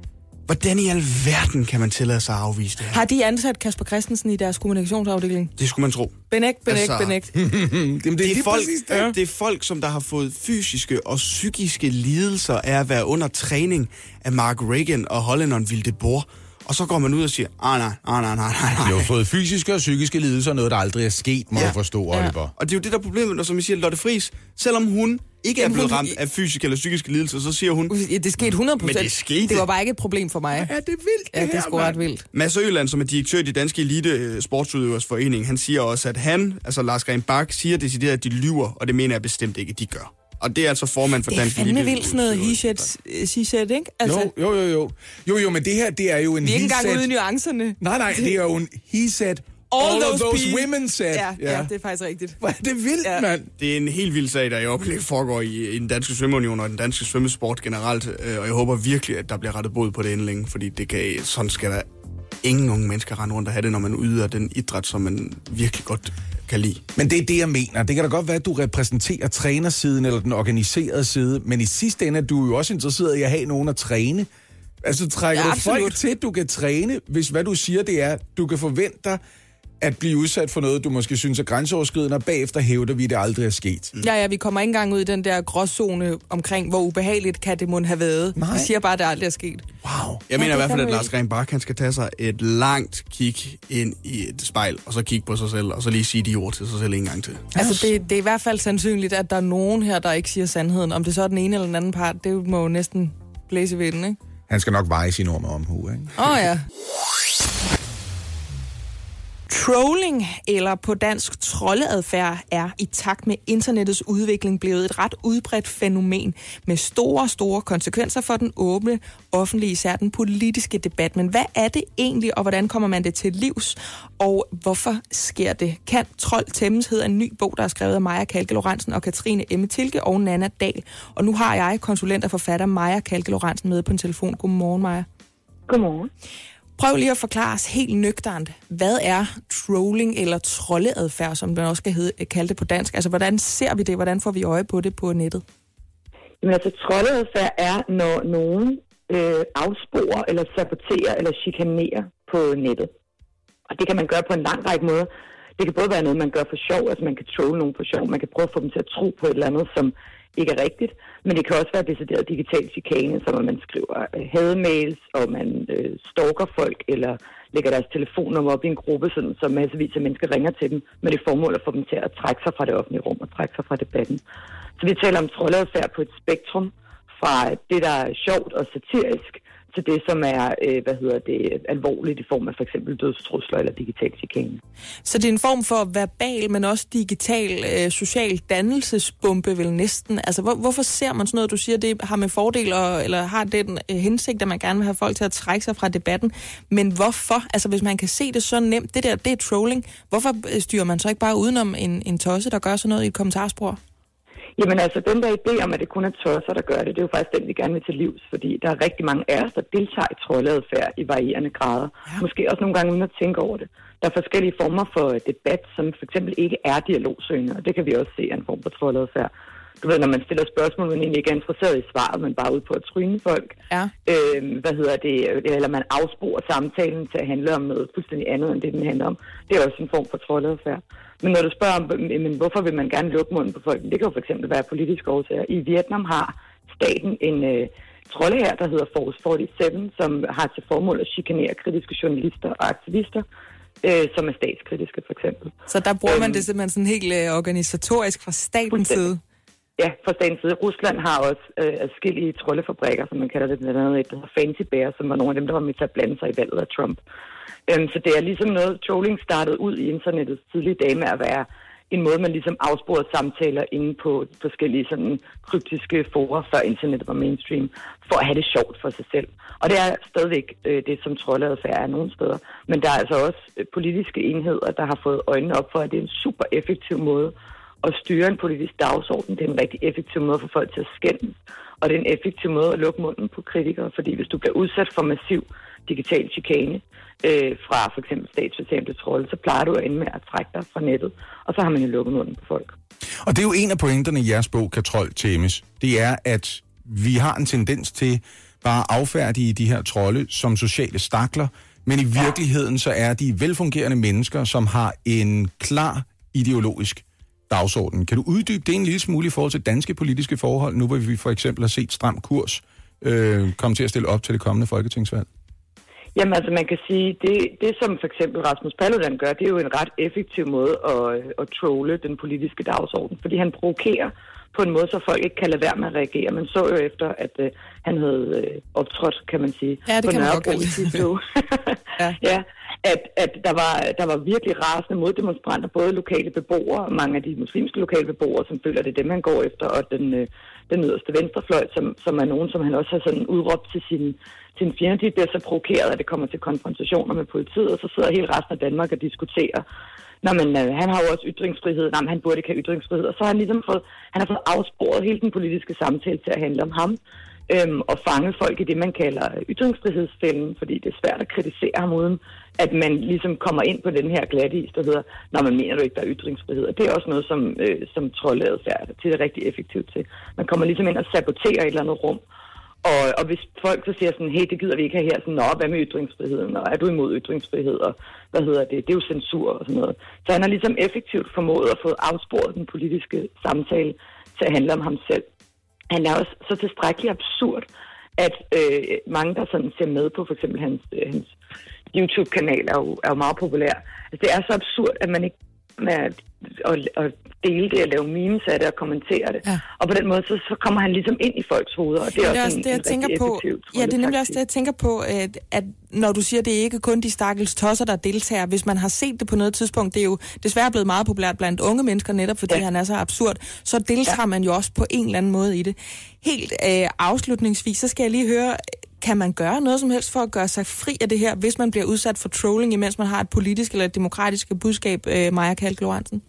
S2: Hvordan i alverden kan man tillade sig at afvise det her?
S3: Har de ansat Kasper Christensen i deres kommunikationsafdeling?
S2: Det skulle man tro.
S3: Benægt, benægt,
S2: Altså,
S3: benægt.
S4: Jamen, det,
S2: Det
S4: er
S2: er, folk,
S4: præcis det.
S2: ja. det er folk, som der har fået fysiske og psykiske lidelser af at være under træning af Mark Reagan og hollænderen Vilde Boer. Og så går man ud og siger, ah nej, ah nej, nej, nej, nej.
S4: De har fået fysiske og psykiske lidelser, noget der aldrig er sket, må ja. du forstå, Oliver.
S2: Ja. Og det er jo det, der er problemet, når som I siger, Lotte Friis, selvom hun ikke er
S3: Jamen,
S2: blevet
S3: hun-
S2: ramt af fysiske eller psykiske lidelser, så siger hun,
S3: Ja, det skete hundrede procent.
S2: Men det skete.
S3: Det var bare ikke et problem for mig.
S4: Ja, det er vildt, det
S3: Ja, det er
S4: her,
S3: sgu
S4: mand.
S3: ret vildt.
S2: Mads Øland, som er direktør i de danske elite sportsudøvers forening, han siger også, at han, altså Lars Green Bak, siger decideret, at de lyver, og det mener jeg bestemt ikke, at de gør. Og det er altså formand for
S3: Det er
S2: Dansk
S3: fandme
S2: Elite.
S3: vildt sådan noget he-said, ikke? Altså,
S4: Jo, jo, jo, jo. Jo, jo, men det her, det er jo en
S3: vi er ikke engang
S4: he-said.
S3: ude i nuancerne.
S4: Nej, nej, det er jo en he said. All, all those, those
S3: people-
S4: women said.
S3: Ja, ja, ja, det er faktisk rigtigt.
S4: Hvor er det vildt,
S3: Ja.
S4: ja. mand.
S2: Det er en helt vild sag, der i øjeblikket foregår i, i den danske svømmeunion og den danske svømmesport generelt. øh, Og jeg håber virkelig, at der bliver rettet bod på det inden længe, fordi det kan, sådan skal der ingen unge mennesker rende rundt og have det, når man yder den idræt, som man virkelig godt kan lide.
S4: Men det er det, jeg mener. Det kan da godt være, at du repræsenterer trænersiden eller den organiserede side, men i sidste ende er du jo også interesseret i at have nogen at træne. Altså trækker
S3: Ja,
S4: du
S3: absolut.
S4: folk til, du kan træne, hvis hvad du siger, det er, du kan forvente dig at blive udsat for noget, du måske synes er grænseoverskridende, og bagefter hævder vi, det aldrig er sket.
S3: Ja, ja, vi kommer ikke engang ud i den der gråzone omkring, hvor ubehageligt kan det måtte have været.
S4: Nej.
S3: Vi siger bare, at det aldrig er sket.
S4: Wow.
S2: Jeg mener
S3: det
S2: i hvert fald,
S3: kan
S2: at
S3: vi
S2: Lars Green Bak, han skal tage sig et langt kig ind i et spejl, og så kigge på sig selv, og så lige sige de ord til sig selv en gang til.
S3: Altså, det, det er i hvert fald sandsynligt, at der er nogen her, der ikke siger sandheden. Om det så er den ene eller den anden part, det må jo næsten blæse ved den, ikke?
S4: Han skal nok veje sin ord med omhu, ikke?
S3: Åh oh, ja. Trolling, eller på dansk troldeadfærd, er i takt med internettets udvikling blevet et ret udbredt fænomen med store, store konsekvenser for den åbne, offentlige, især den politiske debat. Men hvad er det egentlig, og hvordan kommer man det til livs? Og hvorfor sker det? Kan trold tæmmes hedder en ny bog, der er skrevet af Maja Kalke Lorentzen og Katrine Emme Tilke og Nana Dahl. Og nu har jeg konsulent og forfatter Maja Kalke Lorentzen med på en telefon. Godmorgen, Maja.
S6: Godmorgen.
S3: Prøv lige at forklare os helt nøgternt, hvad er trolling eller troldeadfærd, som den også skal hedde, kalde det på dansk? Altså, hvordan ser vi det? Hvordan får vi øje på det på nettet?
S6: Jamen altså, troldeadfærd er, når nogen øh, afsporer eller saboterer eller chikanerer på nettet. Og det kan man gøre på en lang række måder. Det kan både være noget, man gør for sjov, altså man kan trolle nogen for sjov, man kan prøve at få dem til at tro på et eller andet, som ikke er rigtigt, men det kan også være decideret digital chikane, som at man skriver øh, hademails, og man øh, stalker folk, eller lægger deres telefonnummer op i en gruppe, sådan, så massevis af mennesker ringer til dem, med det formål at få dem til at trække sig fra det offentlige rum og trække sig fra debatten. Så vi taler om troldeadfærd på et spektrum, fra det, der er sjovt og satirisk, til det, som er øh, hvad hedder det, alvorligt i form af for eksempel dødstrusler eller digital chikane.
S3: Så det er en form for verbal, men også digital øh, social dannelsesbombe vel næsten. Altså, hvor, hvorfor ser man sådan noget, du siger, det har med fordel, og, eller har den øh, hensigt, at man gerne vil have folk til at trække sig fra debatten. Men hvorfor? Altså, hvis man kan se det så nemt, det der, det er trolling. Hvorfor styrer man så ikke bare udenom en, en tosse, der gør sådan noget i et kommentarspor?
S6: Jamen altså, den der idé om, at det kun er tosser, der gør det, det er jo faktisk den, vi gerne vil til livs, fordi der er rigtig mange af os, der deltager i troldeadfærd i varierende grader. Ja. Måske også nogle gange uden at tænke over det. Der er forskellige former for debat, som for eksempel ikke er dialogsøgende, og det kan vi også se er en form for troldeadfærd. Du ved, når man stiller spørgsmål, men egentlig ikke er interesseret i svaret, men bare ude på at tryne folk.
S3: Ja.
S6: Øh, hvad hedder det? Eller man afsporer samtalen til at handle om noget fuldstændig andet, end det den handler om. Det er også en form for troldeadfærd. Men når du spørger om, men hvorfor vil man gerne lukke munden på folk, det kan jo for eksempel være politiske årsager. I Vietnam har staten en øh, trolde her, der hedder Force syvogfyrre, som har til formål at chikanere kritiske journalister og aktivister, øh, som er statskritiske for eksempel.
S3: Så der bruger man
S6: Øhm,
S3: det simpelthen sådan helt øh, organisatorisk fra statens side?
S6: Ja, fra statens side. Rusland har også øh, adskillige troldefabrikker, som man kalder det, blandt andet et, der hedder Fancy Bear, som var nogle af dem, der var med til at blande sig i valget af Trump. Øhm, så det er ligesom noget, trolling startede ud i internettets tidlige dage med at være en måde, man ligesom afsporede samtaler inde på forskellige sådan kryptiske forer, før internettet var mainstream, for at have det sjovt for sig selv. Og det er stadigvæk øh, det, som troldeadfærd er nogle steder. Men der er altså også øh, politiske enheder, der har fået øjnene op for, at det er en super effektiv måde at styre en politisk dagsorden. Det er en rigtig effektiv måde for folk til at skændes, og det er en effektiv måde at lukke munden på kritikere, fordi hvis du bliver udsat for massiv digital chikane øh, fra for eksempel statsbestemte trolde, så plejer du at ende med at trække dig fra nettet, og så har man jo lukket munden på folk.
S4: Og det er jo en af pointerne i jeres bog, Kan trold tæmmes. Det er, at vi har en tendens til bare affærdige de her trolde som sociale stakler, men i virkeligheden så er de velfungerende mennesker, som har en klar ideologisk dagsorden. Kan du uddybe det en lille smule i forhold til danske politiske forhold, nu hvor vi for eksempel har set Stram Kurs øh, komme til at stille op til det kommende folketingsvalg?
S6: Jamen altså, man kan sige, det, det som for eksempel Rasmus Paludan gør, det er jo en ret effektiv måde at, at trolle den politiske dagsorden, fordi han provokerer på en måde, så folk ikke kan lade være med at reagere. Man så jo efter, at uh, han havde uh, optrådt, kan man sige,
S3: ja, det
S6: på
S3: kan
S6: Nørrebro i sidste uge. ja. ja, at, at der, var, der var virkelig rasende moddemonstranter, både lokale beboere og mange af de muslimske lokale beboere, som føler, det er dem, han går efter, og den, uh, den yderste venstrefløj, som, som er nogen, som han også har sådan udråbt til sin, sin fjende. De bliver så provokeret, at det kommer til konfrontationer med politiet, og så sidder hele resten af Danmark og diskuterer. Nå, men øh, han har jo også ytringsfrihed. Nej, men han burde ikke have ytringsfrihed. Og så har han ligesom fået, han har fået afsporet hele den politiske samtale til at handle om ham. Øhm, og fange folk i det, man kalder ytringsfrihedsfælden, fordi det er svært at kritisere ham uden, at man ligesom kommer ind på den her glatis, der hedder, når man mener du ikke, der er ytringsfrihed. Og det er også noget, som, øh, som troldeadfærd til det er rigtig effektivt til. Man kommer ligesom ind og saboterer et eller andet rum. Og, og hvis folk så siger sådan, hey, det gider vi ikke have her, sådan, nå, hvad med ytringsfriheden, og er du imod ytringsfrihed, og hvad hedder det, det er jo censur og sådan noget. Så han har ligesom effektivt formået at få afsporet den politiske samtale til at handle om ham selv. Han er også så tilstrækkeligt absurd, at øh, mange, der sådan ser med på, for eksempel hans, øh, hans YouTube-kanal, er jo, er jo meget populær. Altså, det er så absurd, at man ikke med at, at, at dele det, at lave memes af det og kommentere det. Ja. Og på den måde, så, så kommer han ligesom ind i folks hoveder, og det er, det er også, også en, det, jeg en tænker på.
S3: Ja, det er nemlig også det, jeg tænker på, at, at når du siger, det er ikke kun de stakkels tosser, der deltager, hvis man har set det på noget tidspunkt, det er jo desværre blevet meget populært blandt unge mennesker, netop fordi ja. han er så absurd, så deltager ja. man jo også på en eller anden måde i det. Helt øh, afslutningsvis, så skal jeg lige høre, kan man gøre noget som helst for at gøre sig fri af det her, hvis man bliver udsat for trolling, imens man har et politisk eller et demokratisk budskab, øh, Maja Kalk Lorentzen?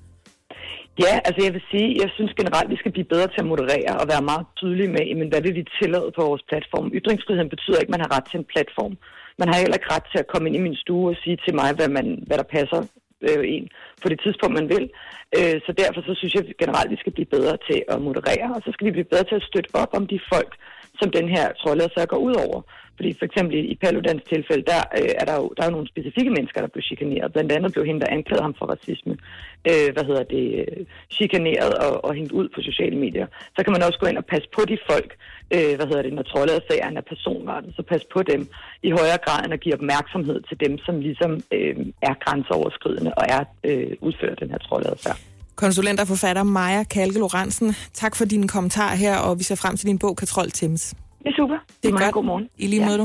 S6: Ja, altså jeg vil sige, jeg synes generelt, vi skal blive bedre til at moderere og være meget tydelige med, men hvad vil vi tillade på vores platform? Ytringsfriheden betyder ikke, at man har ret til en platform. Man har heller ikke ret til at komme ind i min stue og sige til mig, hvad, man, hvad der passer øh, en på det tidspunkt, man vil. Øh, så derfor så synes jeg generelt, at vi skal blive bedre til at moderere, og så skal vi blive bedre til at støtte op om de folk, som den her troldeadfærd går ud over. Fordi for eksempel i Paludans tilfælde, der øh, er der jo der er jo nogle specifikke mennesker, der blev chikaneret. Blandt andet blev hende, der anklagede ham for racisme, øh, hvad hedder det, chikaneret og, og hængt ud på sociale medier. Så kan man også gå ind og passe på de folk, øh, hvad hedder det, når troldeadfærden er personretten, så pas på dem i højere grad, end at give opmærksomhed til dem, som ligesom øh, er grænseoverskridende og er øh, udfører den her troldeadfærd.
S3: Konsulent og forfatter Maja Kalk Lorentzen, tak for dine kommentarer her, og vi ser frem til din bog, Katrol Thames.
S6: Det er super.
S3: Det er godt.
S6: God morgen.
S3: I lige måde,
S6: ja.
S3: du.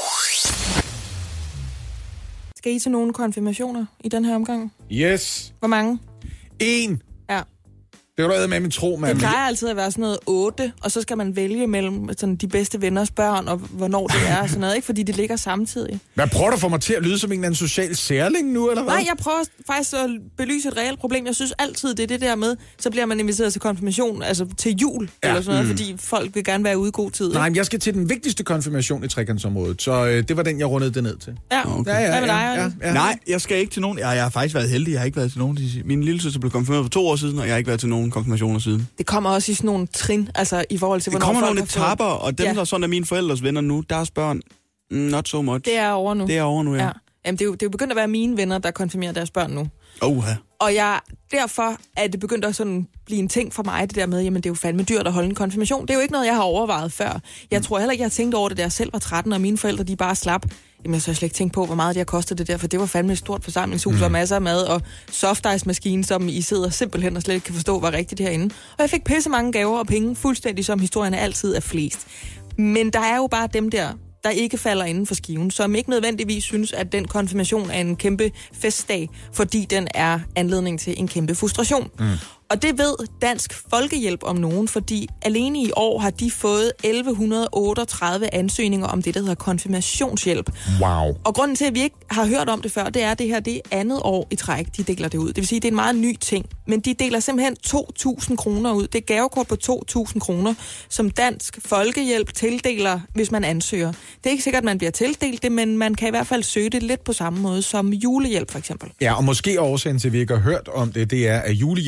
S3: Skal I til nogle konfirmationer i den her omgang?
S4: Yes.
S3: Hvor mange?
S4: En.
S3: Ja.
S4: Det var noget med min tro, mand.
S3: Det plejer altid at være sådan noget otte, og så skal man vælge mellem sådan, de bedste venners børn, og hvornår det er, og sådan noget, ikke? Fordi det ligger samtidig.
S4: Hvad prøver du at få mig til at lyde som en eller anden social særling nu, eller hvad?
S3: Nej, jeg prøver faktisk at belyse et reelt problem. Jeg synes altid, det er det der med, så bliver man inviteret til konfirmation, altså til jul, ja, eller sådan noget, mm. fordi folk vil gerne være ude i god tid.
S4: Nej, men jeg skal til den vigtigste konfirmation i trekantsområdet, så øh, det var den, jeg rundede det ned til.
S3: Ja,
S2: okay.
S3: ja, ja, ja,
S2: ja, ja, ja. Nej, jeg skal ikke til nogen. Jeg, jeg har faktisk været heldig, jeg har ikke været til nogen. Min lille søster blev konfirmeret for to år siden, og jeg har ikke været til nogen konfirmationer siden.
S3: Det kommer også i sådan nogle trin, altså i forhold til,
S2: hvornår
S3: folk
S2: Det kommer nogle etapper, og dem, ja. der sådan er mine forældres venner nu, deres børn, not so much.
S3: Det er over nu.
S2: Det er over nu, ja. ja.
S3: Jamen, det er, jo, det er jo begyndt at være mine venner, der konfirmerer deres børn nu.
S2: Oha.
S3: Og jeg, derfor er det begyndt at sådan blive en ting for mig, det der med, jamen det er jo fandme dyrt at holde en konfirmation. Det er jo ikke noget, jeg har overvejet før. Jeg mm. tror heller ikke, jeg har tænkt over det, da jeg selv var tretten, og mine forældre, de bare slap. Jamen, jeg så slet ikke tænkt på, hvor meget det har kostet det der, for det var fandme et stort forsamlingshus mm. og masser af mad, og soft ice maskine, som I sidder simpelthen og slet ikke kan forstå, var rigtigt herinde. Og jeg fik pisse mange gaver og penge, fuldstændig som historierne altid er flest. Men der er jo bare dem der, der ikke falder inden for skiven, som ikke nødvendigvis synes, at den konfirmation er en kæmpe festdag, fordi den er anledning til en kæmpe frustration. Mm. Og det ved Dansk Folkehjælp om nogen, fordi alene i år har de fået elleve otteogtredive ansøgninger om det, der hedder konfirmationshjælp.
S4: Wow.
S3: Og grunden til, at vi ikke har hørt om det før, det er, at det her det er andet år i træk, de deler det ud. Det vil sige, at det er en meget ny ting. Men de deler simpelthen to tusind kroner ud. Det er gavekort på to tusind kroner, som Dansk Folkehjælp tildeler, hvis man ansøger. Det er ikke sikkert, at man bliver tildelt det, men man kan i hvert fald søge det lidt på samme måde som julehjælp, for eksempel.
S4: Ja, og måske årsagen til, at vi ikke har hørt om det, det er, at julehjælpen, den er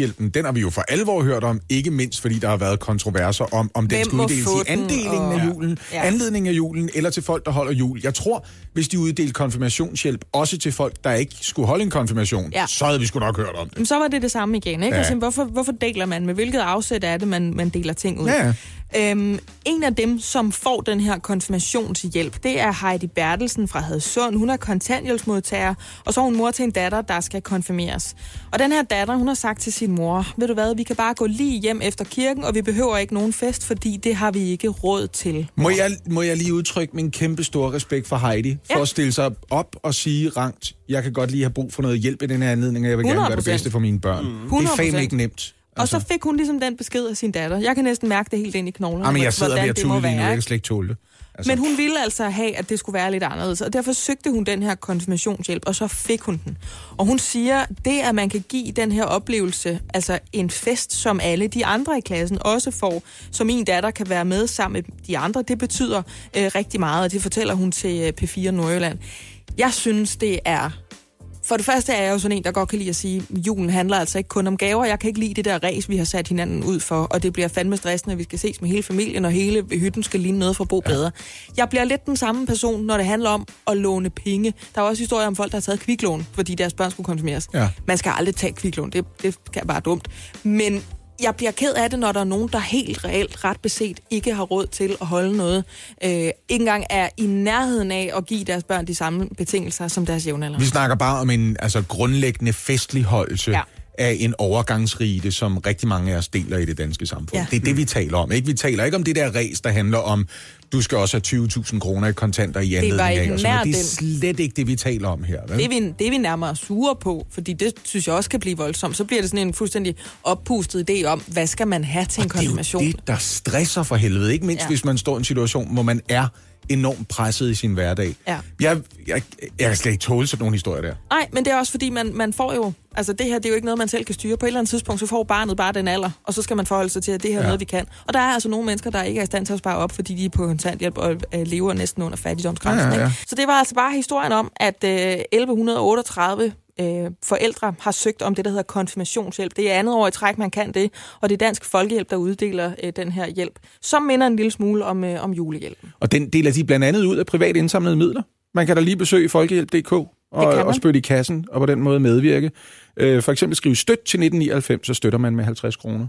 S4: har vi jo for alvor hørt om, ikke mindst fordi der har været kontroverser om, om den skulle uddeles i andelingen og... af julen, ja. anledningen af julen, eller til folk, der holder jul. Jeg tror, hvis de uddelte konfirmationshjælp, også til folk, der ikke skulle holde en konfirmation, ja. så havde vi sgu nok hørt om det.
S3: Men så var det det samme igen, ikke? Ja. Altså, hvorfor, hvorfor deler man? Med hvilket afsæt er det, man, man deler ting ud?
S4: Ja.
S3: Øhm, en af dem, som får den her konfirmationshjælp, det er Heidi Bertelsen fra Hadsund. Hun er kontanthjælpsmodtager, og så er hun mor til en datter, der skal konfirmeres. Og den her datter, hun har sagt til sin mor, ved du hvad, vi kan bare gå lige hjem efter kirken, og vi behøver ikke nogen fest, fordi det har vi ikke råd til.
S4: Må jeg, må jeg lige udtrykke min kæmpe store respekt for Heidi, for ja. at stille sig op og sige rangt, jeg kan godt lige have brug for noget hjælp i den her anledning, og jeg vil gerne gøre det bedste for mine børn. Mm. Det er fandme ikke nemt.
S3: Og altså. Så fik hun ligesom den besked af sin datter. Jeg kan næsten mærke det helt ind i knoglerne.
S4: Jamen, jeg sidder ved at tulle lige nu, jeg kan slet ikke tåle det.
S3: Altså. Men hun ville altså have, at det skulle være lidt anderledes, og derfor søgte hun den her konfirmationshjælp, og så fik hun den. Og hun siger, det at man kan give den her oplevelse, altså en fest, som alle de andre i klassen også får, så min datter kan være med sammen med de andre, det betyder øh, rigtig meget, og det fortæller hun til P fire Nordjylland. Jeg synes, det er... For det første er jeg jo sådan en, der godt kan lide at sige, at julen handler altså ikke kun om gaver. Jeg kan ikke lide det der ræs, vi har sat hinanden ud for, og det bliver fandme stressende, at vi skal ses med hele familien, og hele hytten skal ligne noget for at bo bedre. Jeg bliver lidt den samme person, når det handler om at låne penge. Der er også historier om folk, der har taget kviklån, fordi deres børn skulle konfirmeres. Ja. Man skal aldrig tage kviklån, det, det kan bare dumt. Men jeg bliver ked af det, når der er nogen, der helt reelt, ret beset, ikke har råd til at holde noget. Øh, ikke engang er i nærheden af at give deres børn de samme betingelser som deres jævnaldrende.
S4: Vi snakker bare om en altså, grundlæggende festligholdelse ja. af en overgangsrite, som rigtig mange af os deler i det danske samfund. Ja. Det er det, vi taler om. Ikke? Vi taler ikke om det der ræs, der handler om, du skal også have tyve tusind kroner i kontanter i anledning af. Det, det er slet ikke det, vi taler om her. Vel?
S3: Det, er vi, det er vi nærmere sure på, fordi det synes jeg også kan blive voldsomt. Så bliver det sådan en fuldstændig oppustet idé om, hvad skal man have til og en konfirmation?
S4: Det er jo det, der stresser for helvede. Ikke mindst, ja. hvis man står i en situation, hvor man er enormt presset i sin hverdag. Ja. Jeg, jeg, jeg kan slet ikke tåle sådan nogle historier der.
S3: Nej, men det er også fordi, man, man får jo... Altså det her, det er jo ikke noget, man selv kan styre. På et eller andet tidspunkt, så får barnet bare den alder, og så skal man forholde sig til, at det her er ja. noget, vi kan. Og der er altså nogle mennesker, der ikke er i stand til at spare op, fordi de er på kontanthjælp og øh, lever næsten under fattigdomsgrænsen. Ja, ja, ja. Ikke? Så det var altså bare historien om, at øh, elleve otteogtredive øh, forældre har søgt om det, der hedder konfirmationshjælp. Det er andet år i træk, man kan det, og det er Dansk Folkehjælp, der uddeler øh, den her hjælp, som minder en lille smule om, øh, om julehjælpen.
S4: Og den deler de blandt andet ud af privat indsamlede midler. Man kan da lige besøge folkehjælp punktum d k og, og spytte i kassen, og på den måde medvirke. Øh, for eksempel skrive støt til nitten nioghalvfems, så støtter man med halvtreds kroner.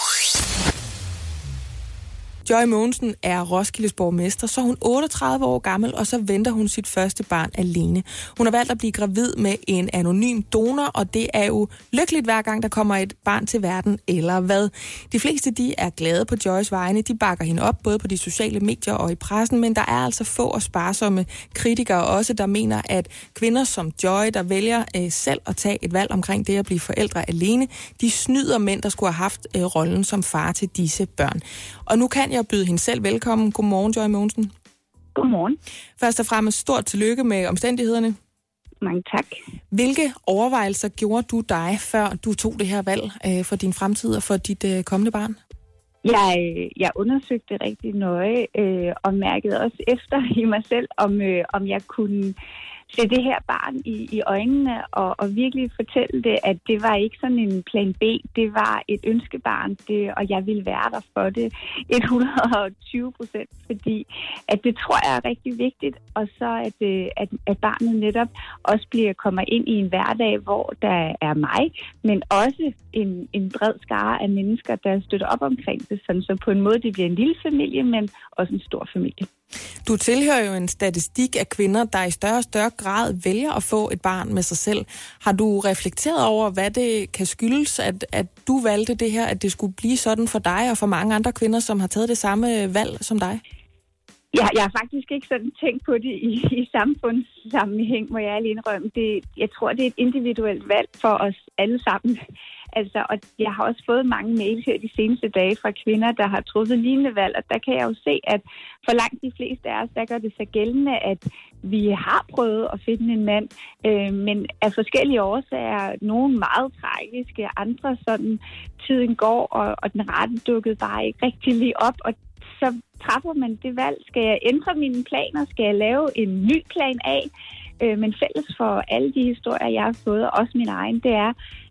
S3: Joy Mogensen er Roskildes borgmester, så er hun otteogtredive år gammel, og så venter hun sit første barn alene. Hun har valgt at blive gravid med en anonym donor, og det er jo lykkeligt hver gang, der kommer et barn til verden, eller hvad. De fleste, de er glade på Joys vegne, de bakker hende op, både på de sociale medier og i pressen, men der er altså få og sparsomme kritikere også, der mener, at kvinder som Joy, der vælger øh, selv at tage et valg omkring det at blive forældre alene, de snyder mænd, der skulle have haft øh, rollen som far til disse børn. Og nu kan jeg byde hende selv velkommen. Godmorgen, Joy Mogensen.
S7: Godmorgen.
S3: Først og fremmest stort tillykke med omstændighederne.
S7: Mange tak.
S3: Hvilke overvejelser gjorde du dig, før du tog det her valg øh, for din fremtid og for dit øh, kommende barn?
S7: Jeg, jeg undersøgte det rigtig nøje øh, og mærkede også efter i mig selv, om, øh, om jeg kunne se det her barn i, i øjnene og, og virkelig fortælle det, at det var ikke sådan en plan B. Det var et ønskebarn, det, og jeg ville være der for det et hundrede og tyve procent, fordi at det tror jeg er rigtig vigtigt. Og så at, at, at barnet netop også bliver kommer ind i en hverdag, hvor der er mig, men også en, en bred skare af mennesker, der støtter op omkring det, sådan så på en måde det bliver en lille familie, men også en stor familie.
S3: Du tilhører jo en statistik af kvinder, der i større og større grad vælger at få et barn med sig selv. Har du reflekteret over, hvad det kan skyldes, at, at du valgte det her, at det skulle blive sådan for dig og for mange andre kvinder, som har taget det samme valg som dig?
S7: Ja, jeg har faktisk ikke sådan tænkt på det i, i samfundssammenhæng, må jeg alene indrømme. Det, jeg tror, det er et individuelt valg for os alle sammen. Altså, og jeg har også fået mange mails her de seneste dage fra kvinder, der har truffet lignende valg, og der kan jeg jo se, at for langt de fleste af os, der gør det så gældende, at vi har prøvet at finde en mand, øh, men af forskellige årsager, nogle meget tragiske, andre sådan, tiden går, og, og den rette dukkede bare ikke rigtig lige op, og så træffer man det valg. Skal jeg ændre mine planer? Skal jeg lave en ny plan A? Øh, men fælles for alle de historier, jeg har fået, og også min egen, det er,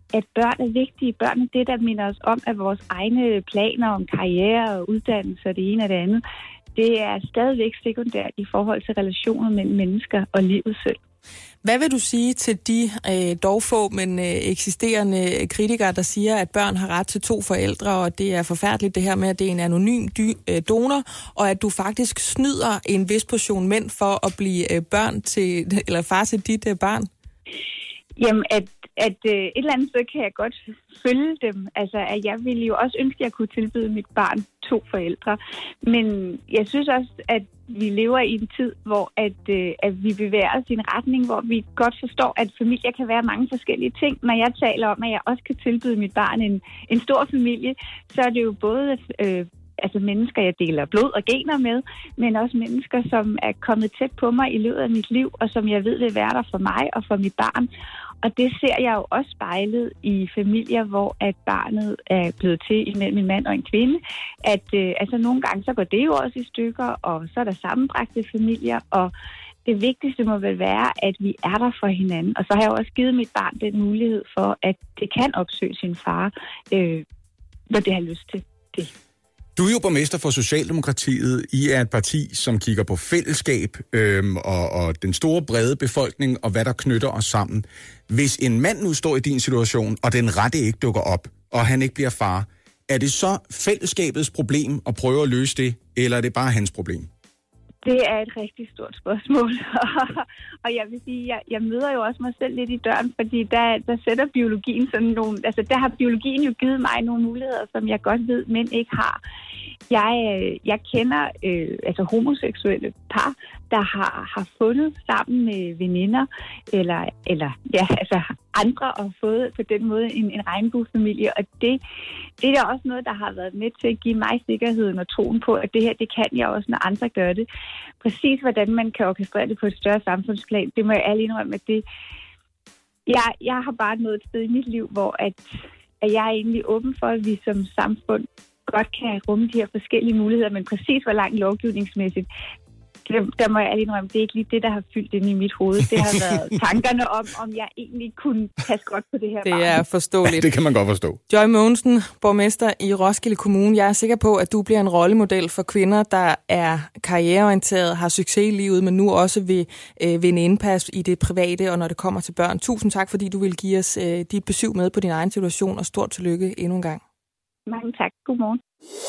S7: at børn er vigtige. Børn er det, der minder os om, at vores egne planer om karriere og uddannelse og det ene og det andet, det er stadigvæk sekundært i forhold til relationer mellem mennesker og livet selv.
S3: Hvad vil du sige til de øh, dog få, men øh, eksisterende kritikere, der siger, at børn har ret til to forældre, og det er forfærdeligt det her med, at det er en anonym dy- øh, donor, og at du faktisk snyder en vis portion mænd for at blive øh, børn til, eller far til dit øh, barn?
S7: Jamen, at, at øh, et eller andet sted kan jeg godt følge dem. Altså, at jeg ville jo også ønske, at jeg kunne tilbyde mit barn to forældre. Men jeg synes også, at vi lever i en tid, hvor at, øh, at vi bevæger os i en retning, hvor vi godt forstår, at familier kan være mange forskellige ting. Når jeg taler om, at jeg også kan tilbyde mit barn en, en stor familie, så er det jo både øh, altså mennesker, jeg deler blod og gener med, men også mennesker, som er kommet tæt på mig i løbet af mit liv, og som jeg ved vil være der for mig og for mit barn. Og det ser jeg jo også spejlet i familier, hvor at barnet er blevet til imellem en mand og en kvinde. At øh, altså nogle gange, så går det jo også i stykker, og så er der sammenbragte familier, og det vigtigste må vel være, at vi er der for hinanden. Og så har jeg også givet mit barn den mulighed for, at det kan opsøge sin far, øh, når det har lyst til det.
S4: Du er jo borgmester for Socialdemokratiet. I er et parti, som kigger på fællesskab øhm, og, og den store brede befolkning og hvad der knytter os sammen. Hvis en mand nu står i din situation, og den rette ikke dukker op, og han ikke bliver far, er det så fællesskabets problem at prøve at løse det, eller er det bare hans problem?
S7: Det er et rigtig stort spørgsmål, og jeg vil sige, jeg, jeg møder jo også mig selv lidt i døren, fordi der, der sætter biologien sådan nogle, altså der har biologien jo givet mig nogle muligheder, som jeg godt ved, mænd ikke har. Jeg, jeg kender øh, altså homoseksuelle par, der har, har fundet sammen med veninder, eller, eller ja, altså andre, og fået på den måde en, en regnbuefamilie, og det, det er også noget, der har været med til at give mig sikkerheden og troen på, at det her, det kan jeg også, når andre gør det. Præcis hvordan man kan orkestrere det på et større samfundsplan, det må jeg ærlig indrømme, at det, jeg, jeg har bare nået et sted i mit liv, hvor at, at jeg er egentlig åben for, at vi som samfund godt kan rumme de her forskellige muligheder, men præcis hvor langt lovgivningsmæssigt, der må jeg ærlig indrømme, det er ikke lige det, der har fyldt ind i mit hoved. Det har været tankerne om, om jeg egentlig kunne passe godt på det her
S3: Det
S7: barn.
S3: er forståeligt.
S4: Ja, det kan man godt forstå.
S3: Joy Mogensen, borgmester i Roskilde Kommune. Jeg er sikker på, at du bliver en rollemodel for kvinder, der er karriereorienteret, har succes i livet, men nu også vil øh, vinde indpas i det private, og når det kommer til børn. Tusind tak, fordi du vil give os øh, dit besøg med på din egen situation, og stort tillykke endnu en gang.
S7: Mange tak. Godmorgen.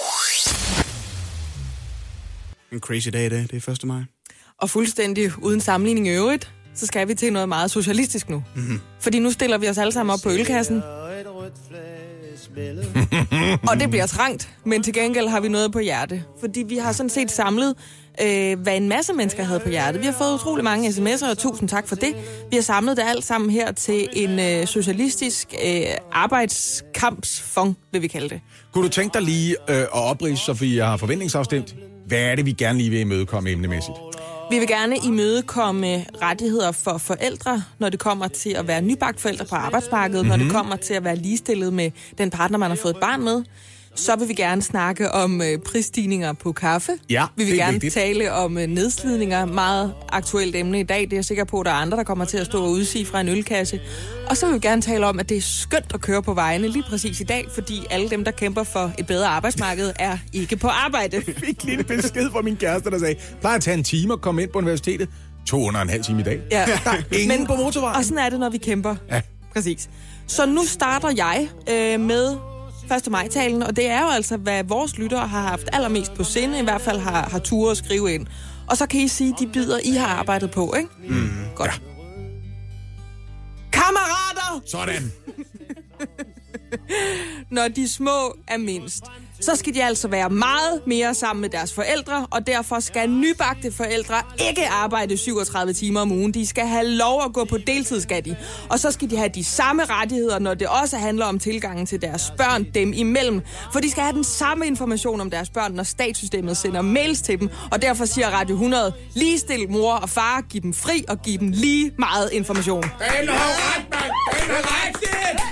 S2: En crazy dag i dag, det er første maj. Og
S3: fuldstændig uden sammenligning i øvrigt, så skal vi til noget meget socialistisk nu. Mm-hmm. Fordi nu stiller vi os alle sammen op på ølkassen. Og det bliver trangt, men til gengæld har vi noget på hjerte. Fordi vi har sådan set samlet, øh, hvad en masse mennesker havde på hjertet. Vi har fået utrolig mange sms'er, og tusind tak for det. Vi har samlet det alt sammen her til en øh, socialistisk øh, arbejdskampsfond, vil vi kalde det.
S4: Kunne du tænke dig lige øh, at opridse, så vi har forventningsafstemt? Hvad er det, vi gerne lige vil imødekomme emnemæssigt?
S3: Vi vil gerne imødekomme rettigheder for forældre, når det kommer til at være nybagt forældre på arbejdsmarkedet, mm-hmm. når det kommer til at være ligestillet med den partner, man har fået et barn med. Så vil vi gerne snakke om øh, prisstigninger på kaffe.
S4: Ja,
S3: vi vil
S4: det er
S3: gerne
S4: vigtigt.
S3: tale om øh, nedslidninger. Meget aktuelt emne i dag. Det er jeg sikker på, at der er andre, der kommer til at stå og udsige fra en ølkasse. Og så vil vi gerne tale om, at det er skønt at køre på vejene lige præcis i dag, fordi alle dem, der kæmper for et bedre arbejdsmarked, er ikke på arbejde.
S4: Jeg fik lige en besked fra min kæreste, der sagde, plejer at tage en time og komme ind på universitetet. to under en halv time i dag.
S3: Ja.
S4: Der er ingen Men, på motorvejen.
S3: Og sådan er det, når vi kæmper.
S4: Ja.
S3: Præcis. Så nu starter jeg øh, med første maj-talen, og det er jo altså, hvad vores lyttere har haft allermest på sinde, i hvert fald har, har turet at skrive ind. Og så kan I sige, de bidder, I har arbejdet på, ikke?
S4: Mm.
S3: Godt. Ja. Kammerater!
S4: Sådan.
S3: Når de små er mindst, så skal de altså være meget mere sammen med deres forældre, og derfor skal nybagte forældre ikke arbejde syvogtredive timer om ugen. De skal have lov at gå på deltid, skal de. Og så skal de have de samme rettigheder, når det også handler om tilgangen til deres børn dem imellem. For de skal have den samme information om deres børn, når statssystemet sender mails til dem. Og derfor siger Radio hundrede, ligestil mor og far, giv dem fri og giv dem lige meget information.
S4: Den har ret, mand! Den har ret!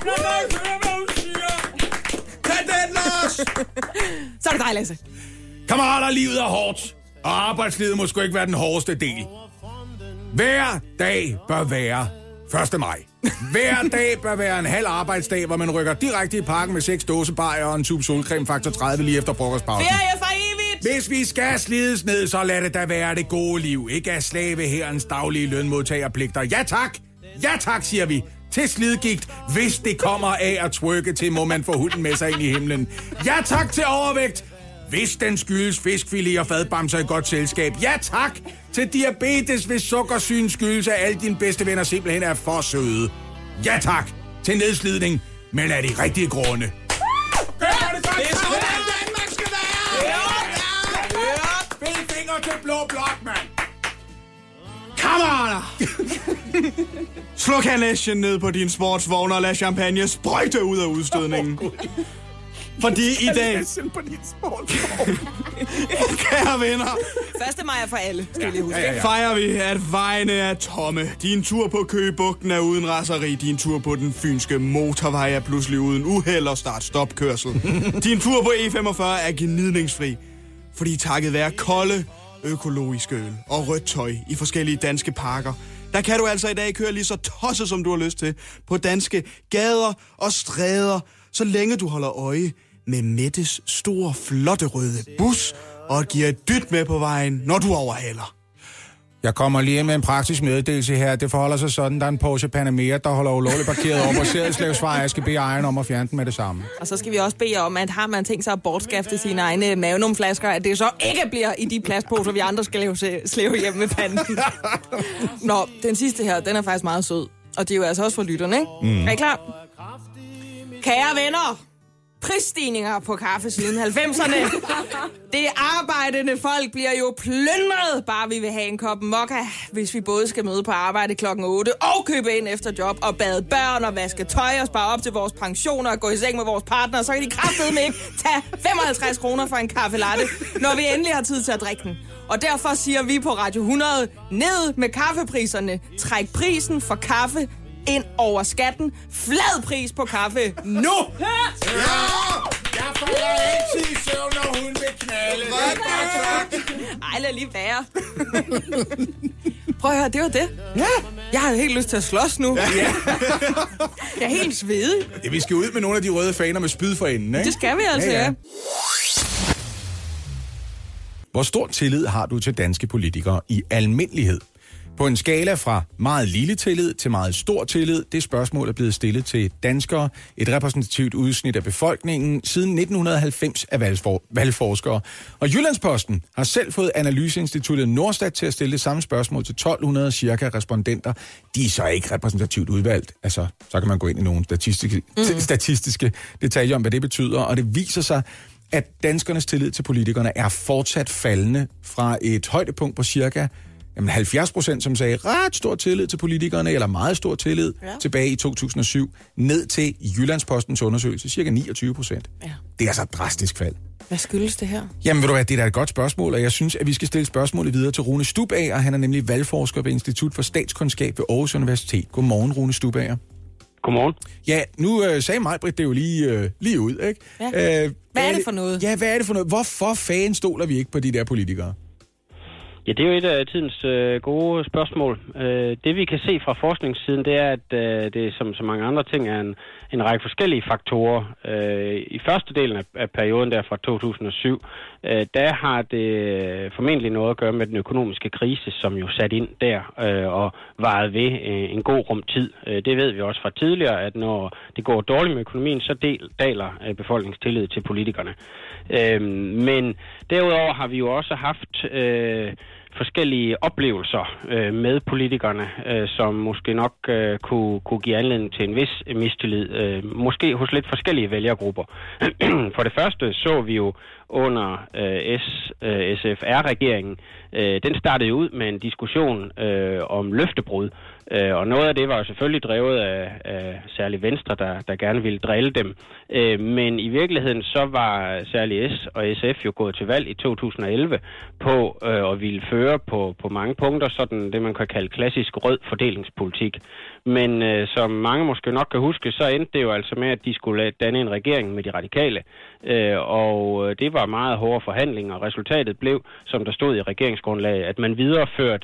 S3: Så er det dig, Lasse.
S4: Kammerater, livet er hårdt, og arbejdslivet må sgu ikke være den hårdeste del. Hver dag bør være første maj. Hver dag bør være en halv arbejdsdag, hvor man rykker direkte i parken med seks dåsebajer og en tube solcreme faktor tredive lige efter frokostpausen.
S3: Ferie for evigt!
S4: Hvis vi skal slides ned, så lad det da være det gode liv. Ikke af slaveherrens daglige lønmodtagerpligter. Ja tak! Ja tak, siger vi. Til slidgigt, hvis det kommer af at twerke til, må man få hunden med sig ind i himlen. Ja tak til overvægt, hvis den skyldes fiskfilet og fadbamser i godt selskab. Ja tak til diabetes, hvis sukkersyn skyldes, at alle dine bedste venner simpelthen er for søde. Ja tak til nedslidning, men af de rigtige grunde. Gør det godt! Det er sådan, Danmark skal være! Spil finger til blå blok, mand!
S2: Kammerater! Sluk handlæsjen ned på din sportsvogn og lad champagne sprøjte ud af udstødningen. Oh, Fordi i dag...
S4: på din sportsvogn.
S2: Kære venner,
S3: første maj er for alle, skal vi lige huske.
S2: ja, ja, ja. fejrer vi, at vejene er tomme. Din tur på Køgebugten er uden raseri. Din tur på den fynske motorvej er pludselig uden uheld og start-stop-kørsel. Din tur på E femogfyrre er gnidningsfri. Fordi takket være kolde, økologiske øl og rødt tøj i forskellige danske parker, der kan du altså i dag køre lige så tosset, som du har lyst til, på danske gader og stræder, så længe du holder øje med Mettes store, flotte røde bus, og giver et dyt med på vejen, når du overhaler.
S4: Jeg kommer lige med en praktisk meddelelse her. Det forholder sig sådan, der er en Porsche Panamera, der holder ulovligt parkeret over på Sædelslevsvej. Jeg skal bede ejeren om at fjerne den med det samme.
S3: Og så skal vi også bede om, at har man tænkt sig at bortskafte sine egne magnumflasker, at det så ikke bliver i de plastposer, vi andre skal lave, slæve hjem med panden. Nå, den sidste her, den er faktisk meget sød. Og det er jo altså også for lytterne, ikke? Mm. Er I klar? Kære venner, prisstigninger på kaffe siden halvfemserne. Det arbejdende folk bliver jo plyndret, bare vi vil have en kop mokka, hvis vi både skal møde på arbejde klokken otte og købe ind efter job og bade børn og vaske tøj og spare op til vores pensioner og gå i seng med vores partner, så kan de kraftedeme ikke tage femoghalvtreds kroner for en kaffe latte, når vi endelig har tid til at drikke den. Og derfor siger vi på Radio hundrede, ned med kaffepriserne, træk prisen for kaffe ind over skatten. Flad pris på kaffe nu!
S4: Ja! Jeg falder altid i søvn, når hun vil knalde.
S3: Ej, lad lige være. Prøv at høre, det var det.
S4: Ja.
S3: Jeg har helt lyst til at slås nu. Ja. Jeg er helt svedig.
S4: Ja, vi skal ud med nogle af de røde faner med spyd for enden, ikke?
S3: Det skal vi altså, ja. ja.
S4: Hvor stor tillid har du til danske politikere i almindelighed? På en skala fra meget lille tillid til meget stor tillid, det spørgsmål er blevet stillet til danskere, et repræsentativt udsnit af befolkningen, siden nitten halvfems af valgfor- valgforskere. Og Jyllandsposten har selv fået analyseinstituttet Norstat til at stille det samme spørgsmål til tolv hundrede cirka respondenter. De er så ikke repræsentativt udvalgt. Altså, så kan man gå ind i nogle statistiske, mm. statistiske detaljer om, hvad det betyder. Og det viser sig, at danskernes tillid til politikerne er fortsat faldende fra et højdepunkt på cirka Jamen halvfjerds procent, som sagde ret stor tillid til politikerne, eller meget stor tillid, ja. tilbage i to tusind og syv, ned til Jyllandspostens undersøgelse, cirka niogtyve procent. Ja. Det er altså et drastisk fald.
S3: Hvad skyldes det her?
S4: Jamen ved du hvad, det er da et godt spørgsmål, og jeg synes, at vi skal stille spørgsmålet videre til Rune Stubager. Han er nemlig valgforsker ved Institut for Statskundskab ved Aarhus Universitet. Godmorgen, Rune Stubager.
S8: Godmorgen.
S4: Ja, nu øh, sagde Maj-Britt det jo lige, øh, lige ud, ikke?
S3: Ja. Øh, hvad er det for noget?
S4: Ja, hvad er det for noget? Hvorfor fanden stoler vi ikke på de der politikere?
S8: Ja, det er jo et af tidens øh, gode spørgsmål. Øh, det vi kan se fra forskningssiden, det er, at øh, det som så mange andre ting er en, en række forskellige faktorer. Øh, I første delen af, af perioden der fra to tusind og syv, øh, der har det formentlig noget at gøre med den økonomiske krise, som jo sat ind der øh, og varede ved øh, en god rum tid. Øh, det ved vi også fra tidligere, at når det går dårligt med økonomien, så del, daler øh, befolkningens tillid til politikerne. Øh, men derudover har vi jo også haft Øh, forskellige oplevelser øh, med politikerne, øh, som måske nok øh, kunne, kunne give anledning til en vis mistillid, øh, måske hos lidt forskellige vælgergrupper. For det første så vi jo under øh, S, øh, S F R-regeringen, øh, den startede ud med en diskussion øh, om løftebrud, øh, og noget af det var jo selvfølgelig drevet af, af særligt Venstre, der, der gerne ville drille dem. Øh, men i virkeligheden så var særligt S og S F jo gået til valg i to tusind og elleve på øh, at ville føre på, på mange punkter sådan det, man kan kalde klassisk rød fordelingspolitik. Men øh, som mange måske nok kan huske, så endte det jo altså med, at de skulle danne en regering med de radikale. Øh, og det var meget hårde forhandlinger, og resultatet blev, som der stod i regeringsgrundlaget, at man videreførte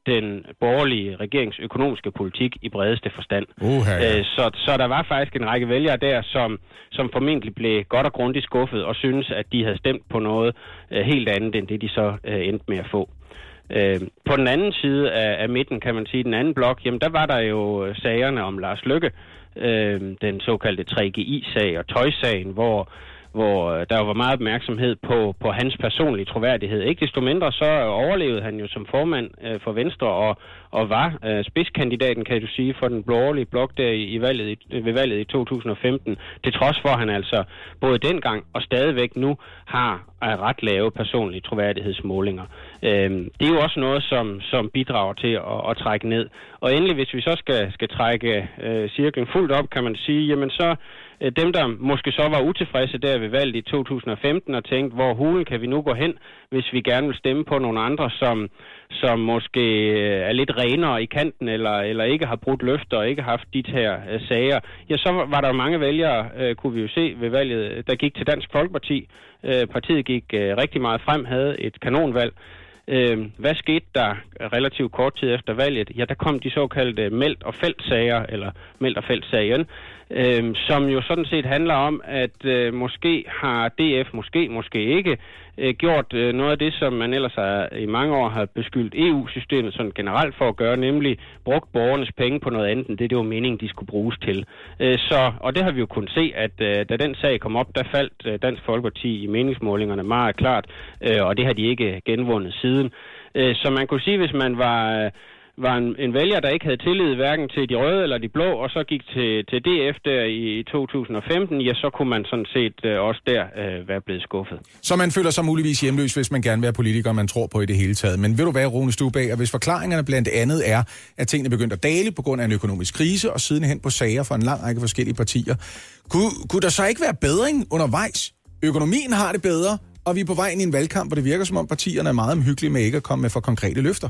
S8: den borgerlige regerings økonomiske politik i bredeste forstand.
S4: Uh, ja.
S8: øh, så, så der var faktisk en række vælgere der, som, som formentlig blev godt og grundigt skuffet og synes, at de havde stemt på noget øh, helt andet, end det de så øh, endte med at få. Øh, på den anden side af, af midten, kan man sige, den anden blok, jamen der var der jo sagerne om Lars Løkke, øh, den såkaldte tre G I-sag og tøjsagen, hvor hvor der var meget opmærksomhed på, på hans personlige troværdighed. Ikke desto mindre så overlevede han jo som formand øh, for Venstre og, og var øh, spidskandidaten, kan du sige, for den blålige blok der i, i valget, i, ved valget i to tusind og femten, til trods for, at han altså både dengang og stadigvæk nu har ret lave personlige troværdighedsmålinger. Øh, det er jo også noget, som, som bidrager til at, at trække ned. Og endelig, hvis vi så skal, skal trække øh, cirklen fuldt op, kan man sige, jamen så dem, der måske så var utilfredse der ved valget i to tusind og femten og tænkte, hvor hulen kan vi nu gå hen, hvis vi gerne vil stemme på nogle andre, som, som måske er lidt renere i kanten, eller, eller ikke har brudt løfter og ikke har haft de her uh, sager. Ja, så var der mange vælgere, uh, kunne vi jo se ved valget, der gik til Dansk Folkeparti. Uh, partiet gik uh, rigtig meget frem, havde et kanonvalg. Uh, hvad skete der relativt kort tid efter valget? Ja, der kom de såkaldte meldt- og feltsager, eller meldt- og feltsagen, uh, som jo sådan set handler om, at uh, måske har D F, måske, måske ikke, uh, gjort uh, noget af det, som man ellers har, i mange år har beskyldt E U-systemet sådan generelt for at gøre, nemlig brugt borgernes penge på noget andet, end det, det var meningen, de skulle bruges til. Uh, så, og det har vi jo kunnet se, at uh, da den sag kom op, der faldt uh, Dansk Folkeparti i meningsmålingerne meget klart, uh, og det har de ikke genvundet siden. Så man kunne sige, hvis man var, var en, en vælger, der ikke havde tillid hverken til de røde eller de blå, og så gik til, til D F der i to tusind og femten, ja, så kunne man sådan set øh, også der øh, være blevet skuffet.
S4: Så man føler sig muligvis hjemløs, hvis man gerne vil være politiker, man tror på i det hele taget. Men vil du være, Rune Stubager, hvis forklaringerne blandt andet er, at tingene begyndte at dale på grund af en økonomisk krise, og sidenhen på sager for en lang række forskellige partier, kunne, kunne der så ikke være bedring undervejs? Økonomien har det bedre, og vi er på vej ind i en valgkamp, hvor det virker som om partierne er meget omhyggelige med ikke at komme med for konkrete løfter.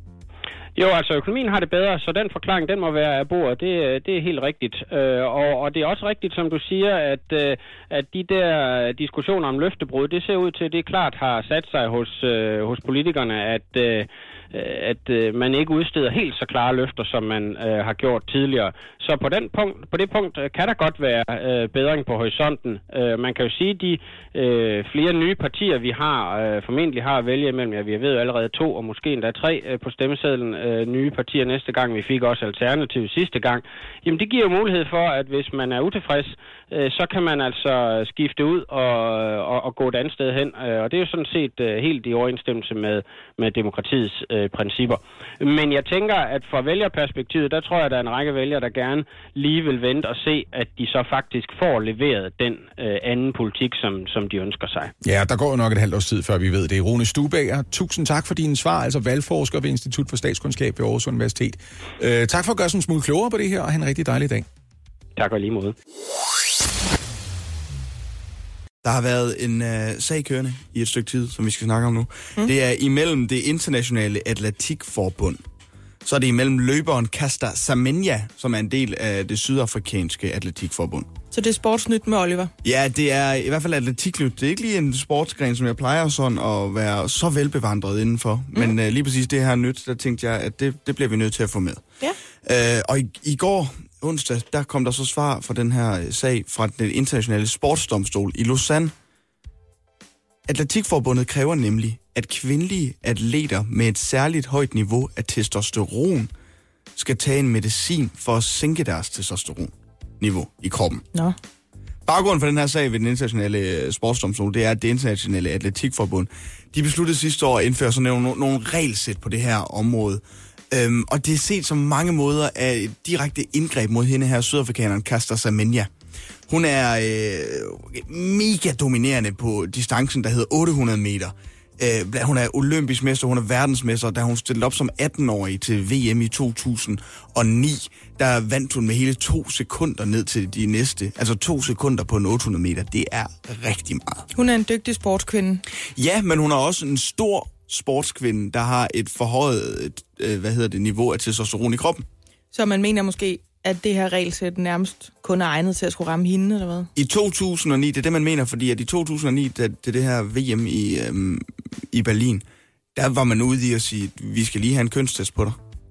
S8: Jo, altså økonomien har det bedre, så den forklaring, den må være af bordet. Det, det er helt rigtigt. Øh, og, og det er også rigtigt, som du siger, at, øh, at de der diskussioner om løftebrud, det ser ud til, at det klart har sat sig hos, øh, hos politikerne, at øh, at øh, man ikke udsteder helt så klare løfter, som man øh, har gjort tidligere. Så på, den punkt, på det punkt øh, kan der godt være øh, bedring på horisonten. Øh, man kan jo sige, at de øh, flere nye partier, vi har, øh, formentlig har at vælge imellem, ja, vi ved jo allerede to og måske endda tre øh, på stemmesedlen, øh, nye partier næste gang. Vi fik også Alternativ sidste gang. Jamen det giver jo mulighed for, at hvis man er utilfreds, øh, så kan man altså skifte ud og, og, og gå et andet sted hen. Øh, og det er jo sådan set øh, helt i overensstemmelse med, med demokratiets øh, principper. Men jeg tænker, at fra vælgerperspektivet, der tror jeg, at der er en række vælgere, der gerne lige vil vente og se, at de så faktisk får leveret den øh, anden politik, som, som de ønsker sig.
S4: Ja, der går jo nok et halvt års tid, før vi ved det. Rune Stubager, tusind tak for dine svar, altså valgforsker ved Institut for Statskundskab ved Aarhus Universitet. Øh, tak for at gøre sådan en smule klogere på det her, og have en rigtig dejlig dag.
S8: Tak og lige måde.
S2: Der har været en øh, sag kørende i et stykke tid, som vi skal snakke om nu. Mm. Det er imellem det internationale atletikforbund. Så er det imellem løberen Caster Semenya, som er en del af det sydafrikanske atletikforbund.
S3: Så det er sportsnyt med Oliver?
S2: Ja, det er i hvert fald atletiknyt. Det er ikke lige en sportsgren, som jeg plejer sådan at være så velbevandret indenfor. Mm. Men øh, lige præcis det her nyt, der tænkte jeg, at det, det bliver vi nødt til at få med.
S3: Ja.
S2: Øh, og i, i går, onsdag, der kom der så svar fra den her sag fra den internationale sportsdomstol i Lausanne. Atletikforbundet kræver nemlig, at kvindelige atleter med et særligt højt niveau af testosteron skal tage en medicin for at sænke deres testosteronniveau i kroppen.
S3: Nå.
S2: Baggrunden for den her sag ved den internationale sportsdomstol, det er, at det internationale atletikforbund, de besluttede sidste år at indføre sådan nogle, nogle regelsæt på det her område. Øhm, og det er set som mange måder af et direkte indgreb mod hende her, sydafrikaneren Caster Semenya. Hun er øh, mega dominerende på distancen, der hedder otte hundrede meter. Øh, hun er olympisk mester, hun er verdensmester, da hun stillede op som atten-årig til V M i to tusind og ni. Der vandt hun med hele to sekunder ned til de næste. Altså to sekunder på en otte hundrede meter. Det er rigtig meget.
S3: Hun er en dygtig sportskvinde.
S2: Ja, men hun er også en stor sportskvinde, der har et forhøjet øh, hvad hedder det, niveau af testosteron i kroppen.
S3: Så man mener måske, at det her regelsæt nærmest kun er egnet til at skulle ramme hende, eller hvad?
S2: I to tusind og ni, det er det, man mener, fordi at i to tusind og ni, da det, det her V M i, øhm, i Berlin, der var man ude i at sige, vi skal lige have en kønstest på dig.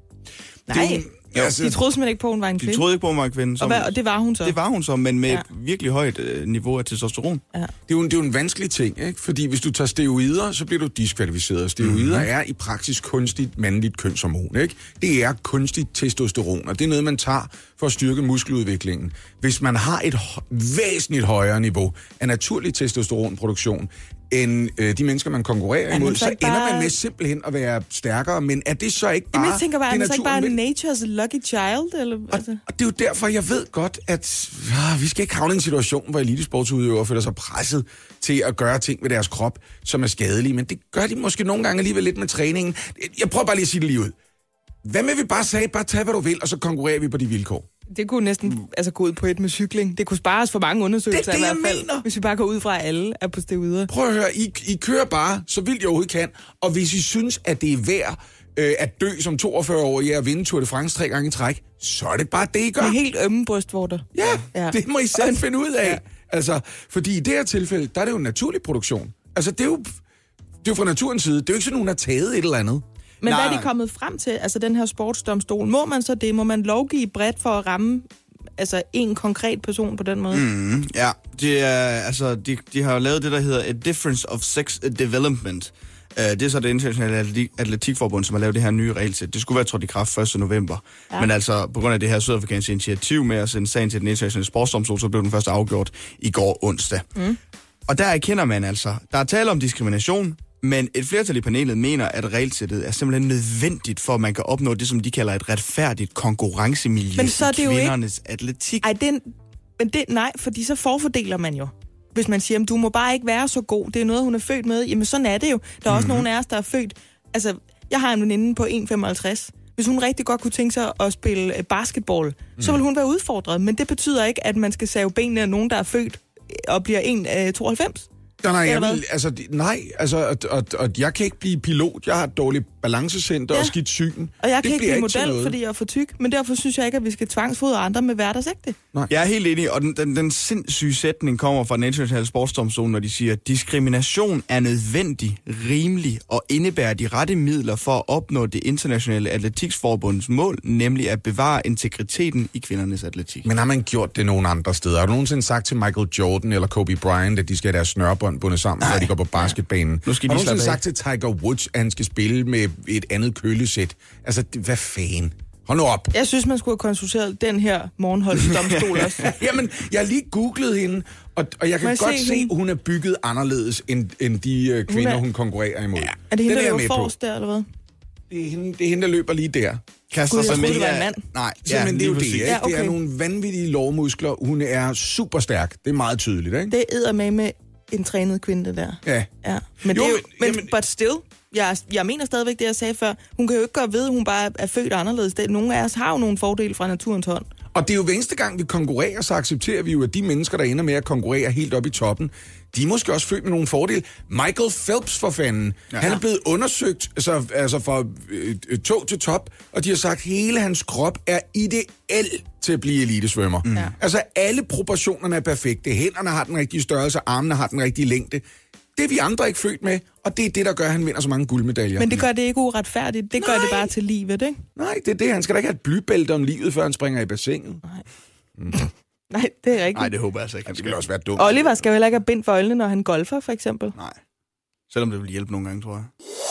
S3: Nej,
S2: det, jo, altså,
S3: de troede simpelthen ikke på, at hun var en kvinde.
S2: De troede ikke på, at hun var en kvinde.
S3: Og, hvad, og det var hun så?
S2: Det var hun så, men med
S3: ja.
S2: et virkelig højt øh, niveau af testosteron.
S4: Ja. Det, er jo en, det er jo en vanskelig ting, ikke? Fordi hvis du tager steroider, så bliver du diskvalificeret. Steroider mm-hmm. er i praksis kunstigt mandligt kønshormon, ikke? Det er kunstigt testosteron, og det er noget, man tager for at styrke muskeludviklingen. Hvis man har et væsentligt højere niveau af naturlig testosteronproduktion, end øh, de mennesker, man konkurrerer ja, imod, så, så ender bare... man med simpelthen at være stærkere. Men er det så ikke bare...
S3: Jamen, jeg tænker bare, er det så ikke bare nature's lucky child? Eller,
S4: og, altså? og det er jo derfor, jeg ved godt, at øh, vi skal ikke havne i en situation, hvor elitesportsudøvere føler sig presset til at gøre ting med deres krop, som er skadelige. Men det gør de måske nogle gange alligevel lidt med træningen. Jeg prøver bare lige at sige det lige ud. Hvad med vi bare sige, bare tag hvad du vil, og så konkurrerer vi på de vilkår?
S3: Det kunne næsten mm. altså, gå ud på et med cykling. Det kunne spares for mange undersøgelser.
S4: Det er det,
S3: i hvert fald,
S4: mener.
S3: Hvis vi bare går ud fra, at alle er på steroider.
S4: Prøv at høre, I, I kører bare så vildt I overhovedet kan, og hvis I synes, at det er værd øh, at dø som toogfyrre-årige og vinde Tour de France tre gange i træk, så er det bare det, I gør.
S3: Med helt ømme brystvorter.
S4: Ja, ja, det må I selv finde ud af. Ja. Altså, fordi i det her tilfælde, der er det jo en naturlig produktion. Altså, det er jo, det er jo fra naturens side. Det er jo ikke sådan, nogen har taget et eller andet.
S3: Men Nej. Hvad er de kommet frem til, altså den her sportsdomstol? Må man så det? Må man lovgive bredt for at ramme altså en konkret person på den måde?
S2: Mm, ja, det er, altså, de, de har jo lavet det, der hedder A Difference of Sex Development. Uh, det er så det internationale atletikforbund, som har lavet det her nye regelsæt. Det skulle være trådt i kraft første november. Ja. Men altså, på grund af det her sydafrikanske initiativ med at sende sagen til den internationale sportsdomstol, så blev den først afgjort i går onsdag. Mm. Og der erkender man altså, der er tale om diskrimination, men et flertal i panelet mener, at regelsættet er simpelthen nødvendigt, for at man kan opnå det, som de kalder et retfærdigt konkurrencemiljø
S3: men så er det
S2: i kvindernes
S3: ikke...
S2: atletik.
S3: Ej, det, men det, nej, fordi så forfordeler man jo. Hvis man siger, at du må bare ikke være så god, det er noget, hun er født med. Jamen sådan er det jo. Der er mm-hmm. også nogle af os, der er født... Altså, jeg har en veninde på en komma femoghalvtreds. Hvis hun rigtig godt kunne tænke sig at spille basketball, mm. så vil hun være udfordret. Men det betyder ikke, at man skal save benene af nogen, der er født og bliver en komma tooghalvfems.
S4: Nej, nej, jeg vil, altså, nej, altså, og, og, og jeg kan ikke blive pilot. Jeg har et dårligt balancecenter ja. og skidt syn.
S3: Og jeg kan det ikke blive model, fordi jeg er for tyk. Men derfor synes jeg ikke, at vi skal tvangsfodre andre med hverdagsægte.
S2: Nej. Jeg er helt enig, og den, den, den sindssyge sætning kommer fra den internationale sportsdomstol, når de siger, at diskrimination er nødvendig, rimelig og indebærer de rette midler for at opnå det internationale atletiksforbundets mål, nemlig at bevare integriteten i kvindernes atletik.
S4: Men har man gjort det nogle andre steder? Har du nogensinde sagt til Michael Jordan eller Kobe Bryant, at de skal have deres snørbånd bundet sammen, når de går på basketbanen?
S2: Nu skal
S4: har
S2: de
S4: du nogensinde sagt til Tiger Woods, at han skal spille med et andet kølesæt? Altså, hvad fanden? Hold nu op.
S3: Jeg synes, man skulle have konsulteret den her morgenholdsdomstol også.
S4: Jamen, jeg har lige googlet hende, og, og jeg kan jeg godt se, at hun er bygget anderledes end, end de uh, kvinder, hun, er... hun konkurrerer imod. Ja.
S3: Er det hende, der løber forrest der, eller hvad?
S4: Det er, hende, det er hende, der løber lige der.
S3: Kaster sig med. Det var en mand.
S4: Nej, ja, men det er jo det. Ja, okay. Det er nogle vanvittige lårmuskler. Hun er super stærk. Det er meget tydeligt, ikke?
S3: Det æder med med en trænet kvinde der.
S4: Ja.
S3: ja. Men
S4: jo,
S3: det er jo, men,
S4: jamen,
S3: but still, jeg, jeg mener stadigvæk det, jeg sagde før. Hun kan jo ikke gøre ved, at hun bare er født anderledes. Nogle af os har jo nogle fordele fra naturens hånd.
S4: Og det er jo hver eneste gang, vi konkurrerer, så accepterer vi jo, at de mennesker, der ender med at konkurrere helt op i toppen, de er måske også født med nogle fordele. Michael Phelps, for fanden, ja. han er blevet undersøgt altså, altså fra øh, tog til top, og de har sagt, at hele hans krop er ideel til at blive elitesvømmer. Mm. Ja. Altså alle proportionerne er perfekte. Hænderne har den rigtige størrelse, armene har den rigtige længde. Det er vi andre ikke født med, og det er det, der gør, at han vinder så mange guldmedaljer.
S3: Men det gør det ikke uretfærdigt. Det Nej. gør det bare til livet, ikke?
S4: Nej, det er det. Han skal da ikke have et blybælte om livet, før han springer i bassinet.
S3: Nej. Mm. Nej, det er rigtigt.
S2: Nej, det håber jeg altså ikke.
S4: Det vil også være dumt.
S3: Oliver skal jo heller ikke have bind for øjnene, når han golfer, for eksempel.
S2: Nej. Selvom det vil hjælpe nogle gange, tror jeg.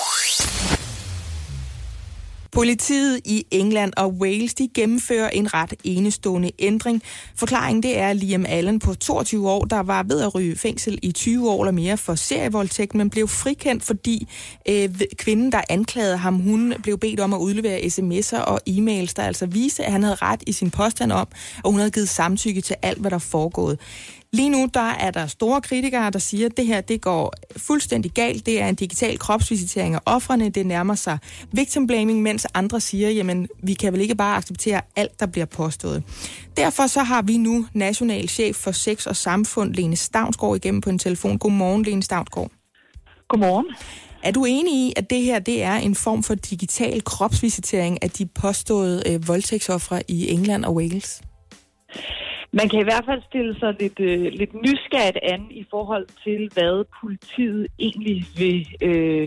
S3: Politiet i England og Wales, de gennemfører en ret enestående ændring. Forklaringen, det er Liam Allen på toogtyve år, der var ved at ryge fængsel i tyve år eller mere for serievoldtægt, men blev frikendt, fordi øh, kvinden, der anklagede ham, hun blev bedt om at udlevere sms'er og e-mails, der altså viste, at han havde ret i sin påstand om, og hun havde givet samtykke til alt, hvad der foregået. Lige nu der er der store kritikere, der siger, at det her det går fuldstændig galt. Det er en digital kropsvisitering af ofrene. Det nærmer sig victim blaming, mens andre siger, jamen vi kan vel ikke bare acceptere alt, der bliver påstået. Derfor så har vi nu national chef for sex og samfund, Lene Stavnsgaard, igennem på en telefon. Godmorgen, Lene Stavnsgaard.
S6: Godmorgen.
S3: Er du enig i, at det her det er en form for digital kropsvisitering af de påståede øh, voldtægtsoffre i England og Wales?
S6: Man kan i hvert fald stille sig lidt, øh, lidt nysgerrigt an i forhold til, hvad politiet egentlig vil øh,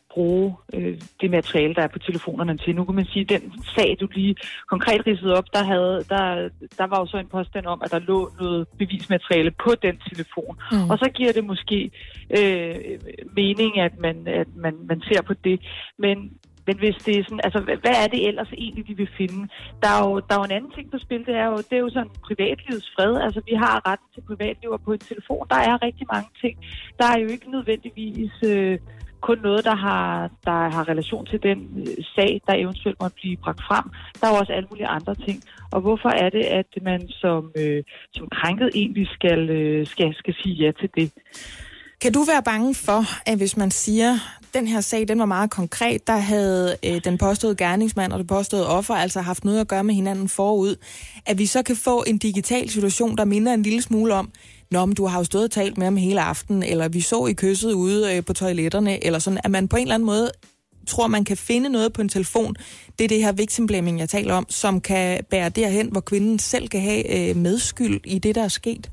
S6: bruge øh, det materiale, der er på telefonerne til. Nu kan man sige, at den sag, du lige konkret ridsede op, der, havde, der, der var jo så en påstand om, at der lå noget bevismateriale på den telefon. Mm. Og så giver det måske øh, mening, at, man, at man, man ser på det. Men Men hvis det er sådan, altså, hvad er det ellers egentlig, de vil finde? Der er jo, der er jo en anden ting på spil, det er jo, det er jo sådan privatlivets fred. Altså, vi har retten til privatliv, og på en telefon, der er rigtig mange ting. Der er jo ikke nødvendigvis øh, kun noget, der har, der har relation til den øh, sag, der eventuelt må blive bragt frem. Der er jo også alle mulige andre ting. Og hvorfor er det, at man som, øh, som krænket egentlig skal, øh, skal, skal sige ja til det?
S3: Kan du være bange for, at hvis man siger, at den her sag den var meget konkret, der havde øh, den påståede gerningsmand og det påståede offer altså haft noget at gøre med hinanden forud, at vi så kan få en digital situation, der minder en lille smule om, nå, men du har jo stået og talt med ham hele aftenen, eller vi så i kysset ude øh, på toiletterne, eller sådan, at man på en eller anden måde tror, man kan finde noget på en telefon. Det er det her victim blaming, jeg taler om, som kan bære derhen, hvor kvinden selv kan have øh, medskyld i det, der er sket.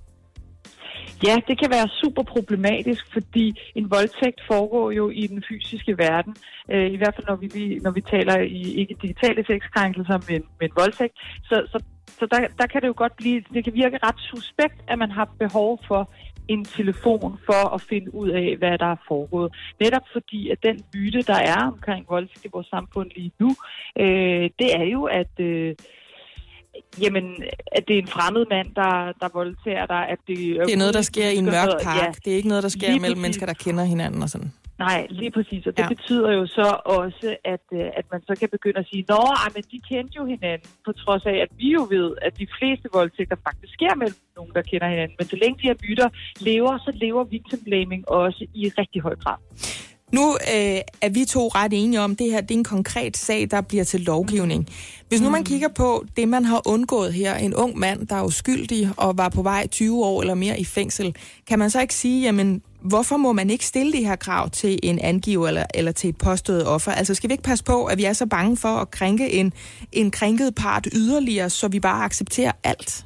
S6: Ja, det kan være super problematisk, fordi en voldtægt foregår jo i den fysiske verden. Øh, I hvert fald, når vi, når vi taler i ikke digitale sexkrænkelser, men, men voldtægt. Så, så, så der, der kan det jo godt blive, det kan virke ret suspekt, at man har behov for en telefon for at finde ud af, hvad der er foregået. Netop fordi, at den myte, der er omkring voldtægt i vores samfund lige nu, øh, det er jo, at... Øh, Jamen, at det er en fremmed mand, der, der voldtager dig. At det,
S3: det er noget, der sker i en mørk park. Ja. Det er ikke noget, der sker
S6: lige
S3: mellem
S6: præcis.
S3: mennesker, der kender hinanden og sådan.
S6: Nej, lige præcis. Og det
S3: ja.
S6: betyder jo så også, at, at man så kan begynde at sige, nå, men de kendte jo hinanden, på trods af, at vi jo ved, at de fleste voldtægter faktisk sker mellem nogen, der kender hinanden. Men så længe de her myter lever, så lever victim blaming også i rigtig høj grad.
S3: Nu øh, er vi to ret enige om, at det her det er en konkret sag, der bliver til lovgivning. Hvis nu man kigger på det, man har undgået her, en ung mand, der er uskyldig og var på vej tyve år eller mere i fængsel, kan man så ikke sige, jamen, hvorfor må man ikke stille de her krav til en angiver eller, eller til et påstået offer? Altså skal vi ikke passe på, at vi er så bange for at krænke en, en krænket part yderligere, så vi bare accepterer alt?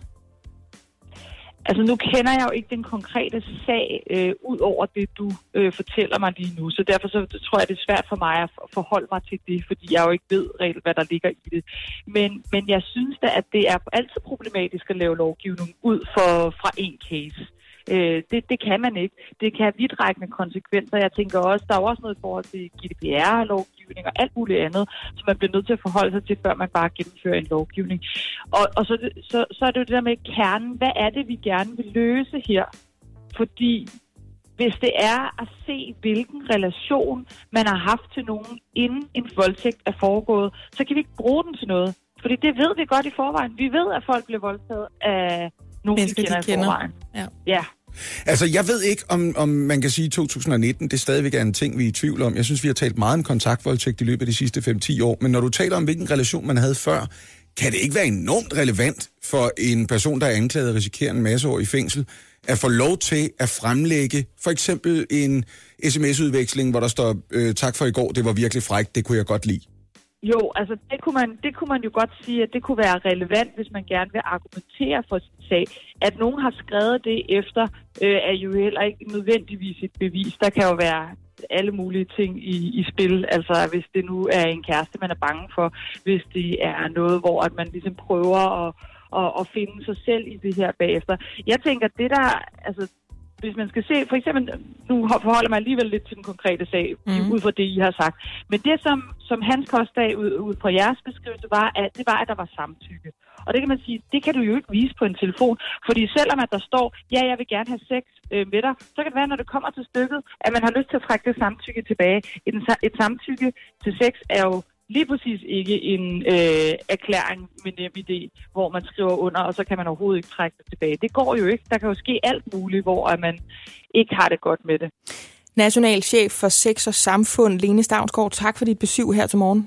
S6: Altså, nu kender jeg jo ikke den konkrete sag øh, ud over det, du øh, fortæller mig lige nu. Så derfor så tror jeg, det er svært for mig at forholde mig til det, fordi jeg jo ikke ved reelt, hvad der ligger i det. Men, men jeg synes da, at det er altid problematisk at lave lovgivning ud for, fra en case. Øh, det, det kan man ikke. Det kan have vidtrækkende konsekvenser. Jeg tænker også, der er også noget i forhold til G D P R-lovgivning og alt muligt andet, som man bliver nødt til at forholde sig til, før man bare gennemfører en lovgivning. Og, og så, så, så er det jo det der med kernen. Hvad er det, vi gerne vil løse her? Fordi hvis det er at se, hvilken relation man har haft til nogen, inden en voldtægt er foregået, så kan vi ikke bruge den til noget. Fordi det ved vi godt i forvejen. Vi ved, at folk bliver voldtaget af nogen,
S3: mennesker,
S6: de kender,
S3: de kender.
S6: i forvejen. Ja. ja.
S4: Altså, jeg ved ikke, om, om man kan sige, at to tusind nitten, det er stadigvæk en ting, vi er i tvivl om. Jeg synes, vi har talt meget om kontaktvoldtægt i løbet af de sidste fem til ti år. Men når du taler om, hvilken relation man havde før, kan det ikke være enormt relevant for en person, der er anklaget og risikerer en masse år i fængsel, at få lov til at fremlægge for eksempel en sms-udveksling, hvor der står, øh, tak for i går, det var virkelig frækt, det kunne jeg godt lide.
S6: Jo, altså det kunne, man, det kunne man jo godt sige, at det kunne være relevant, hvis man gerne vil argumentere for sin sag. At nogen har skrevet det efter, øh, er jo heller ikke nødvendigvis et bevis. Der kan jo være alle mulige ting i, i spil. Altså hvis det nu er en kæreste, man er bange for. Hvis det er noget, hvor at man ligesom prøver at, at, at finde sig selv i det her bagefter. Jeg tænker, det der... Altså, hvis man skal se, for eksempel, nu forholder mig alligevel lidt til den konkrete sag, mm. ud fra det, I har sagt. Men det, som, som hans påstag ud, ud fra jeres beskrivelse var, at det var, at der var samtykke. Og det kan man sige, det kan du jo ikke vise på en telefon. Fordi selvom at der står, ja, jeg vil gerne have sex øh, med dig, så kan det være, når det kommer til stykket, at man har lyst til at trække det samtykke tilbage. Et, et samtykke til sex er jo lige præcis ikke en øh, erklæring med NemID, hvor man skriver under, og så kan man overhovedet ikke trække det tilbage. Det går jo ikke. Der kan jo ske alt muligt, hvor man ikke har det godt med det.
S3: National chef for Sex og Samfund, Lene Stavnsgaard, tak for dit besøg her til morgen.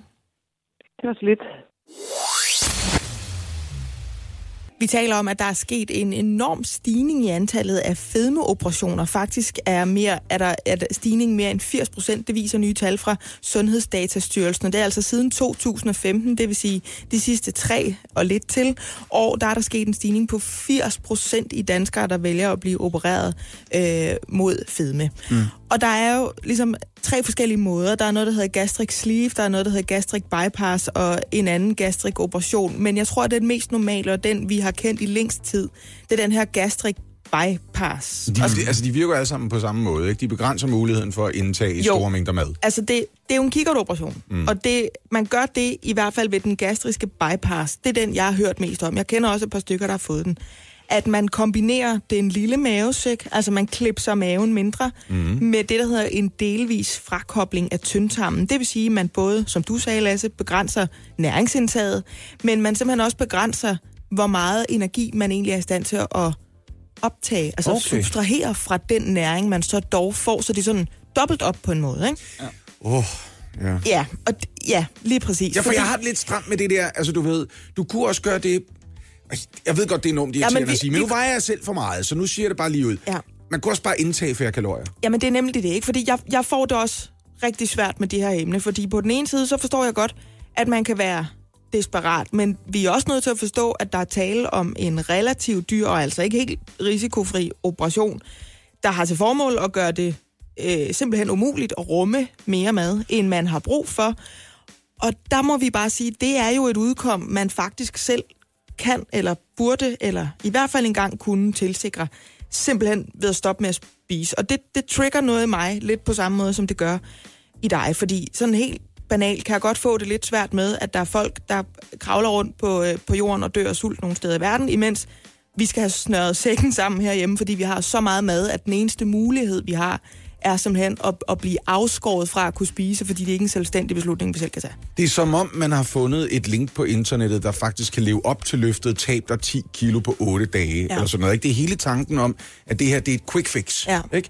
S6: Det var så lidt.
S3: Vi taler om, at der er sket en enorm stigning i antallet af fedmeoperationer. Faktisk er, mere, er der er der stigning mere end firs procent. Det viser nye tal fra Sundhedsdatastyrelsen. Og det er altså siden to tusind og femten, det vil sige de sidste tre og lidt til år, der er der sket en stigning på firs procent i danskere, der vælger at blive opereret øh, mod fedme. Mm. Og der er jo ligesom tre forskellige måder. Der er noget, der hedder gastric sleeve, der er noget, der hedder gastric bypass, og en anden gastric operation. Men jeg tror, at den mest normale, og den, vi har kendt i længst tid, det er den her gastric bypass.
S4: De, altså, altså, de virker alle sammen på samme måde, ikke? De begrænser muligheden for at indtage jo, store mængder mad.
S3: Altså, det, det er jo en kikkertoperation. Mm. Og det, man gør det i hvert fald ved den gastriske bypass. Det er den, jeg har hørt mest om. Jeg kender også et par stykker, der har fået den. At man kombinerer den lille mavesæk, altså man klipser maven mindre, mm. med det, der hedder en delvis frakobling af tyndtarmen. Det vil sige, at man både, som du sagde, Lasse, begrænser næringsindtaget, men man simpelthen også begrænser, hvor meget energi man egentlig er i stand til at optage, altså okay. subtrahere fra den næring, man så dog får, så det er sådan dobbelt op på en måde, ikke?
S4: Ja. Oh, ja.
S3: Ja, og ja, lige præcis.
S4: Ja, for jeg har det lidt stramt med det der, altså du ved, du kunne også gøre det. Jeg ved godt, det er enormt irriterende ja, vi, at sige, men nu vejer jeg selv for meget, så nu siger jeg det bare lige ud. Ja. Man kunne også bare indtage flere kalorier.
S3: Jamen, det er nemlig det, ikke? Fordi jeg, jeg får det også rigtig svært med de her emne, fordi på den ene side, så forstår jeg godt, at man kan være desperat, men vi er også nødt til at forstå, at der er tale om en relativt dyr, og altså ikke helt risikofri operation, der har til formål at gøre det øh, simpelthen umuligt at rumme mere mad, end man har brug for. Og der må vi bare sige, det er jo et udkom, man faktisk selv kan, eller burde, eller i hvert fald engang kunne tilsikre, simpelthen ved at stoppe med at spise. Og det, det trigger noget i mig, lidt på samme måde, som det gør i dig. Fordi sådan helt banalt kan jeg godt få det lidt svært med, at der er folk, der kravler rundt på, øh, på jorden og dør af sult nogle steder i verden, imens vi skal have snøret sækken sammen herhjemme, fordi vi har så meget mad, at den eneste mulighed, vi har, er simpelthen at, at blive afskåret fra at kunne spise, fordi det er ikke en selvstændig beslutning, vi selv kan tage.
S4: Det er som om, man har fundet et link på internettet, der faktisk kan leve op til løftet, tab dig ti kilo på otte dage, ja. Eller sådan noget. Ikke? Det er hele tanken om, at det her det er et quick fix. Ja. Ikke?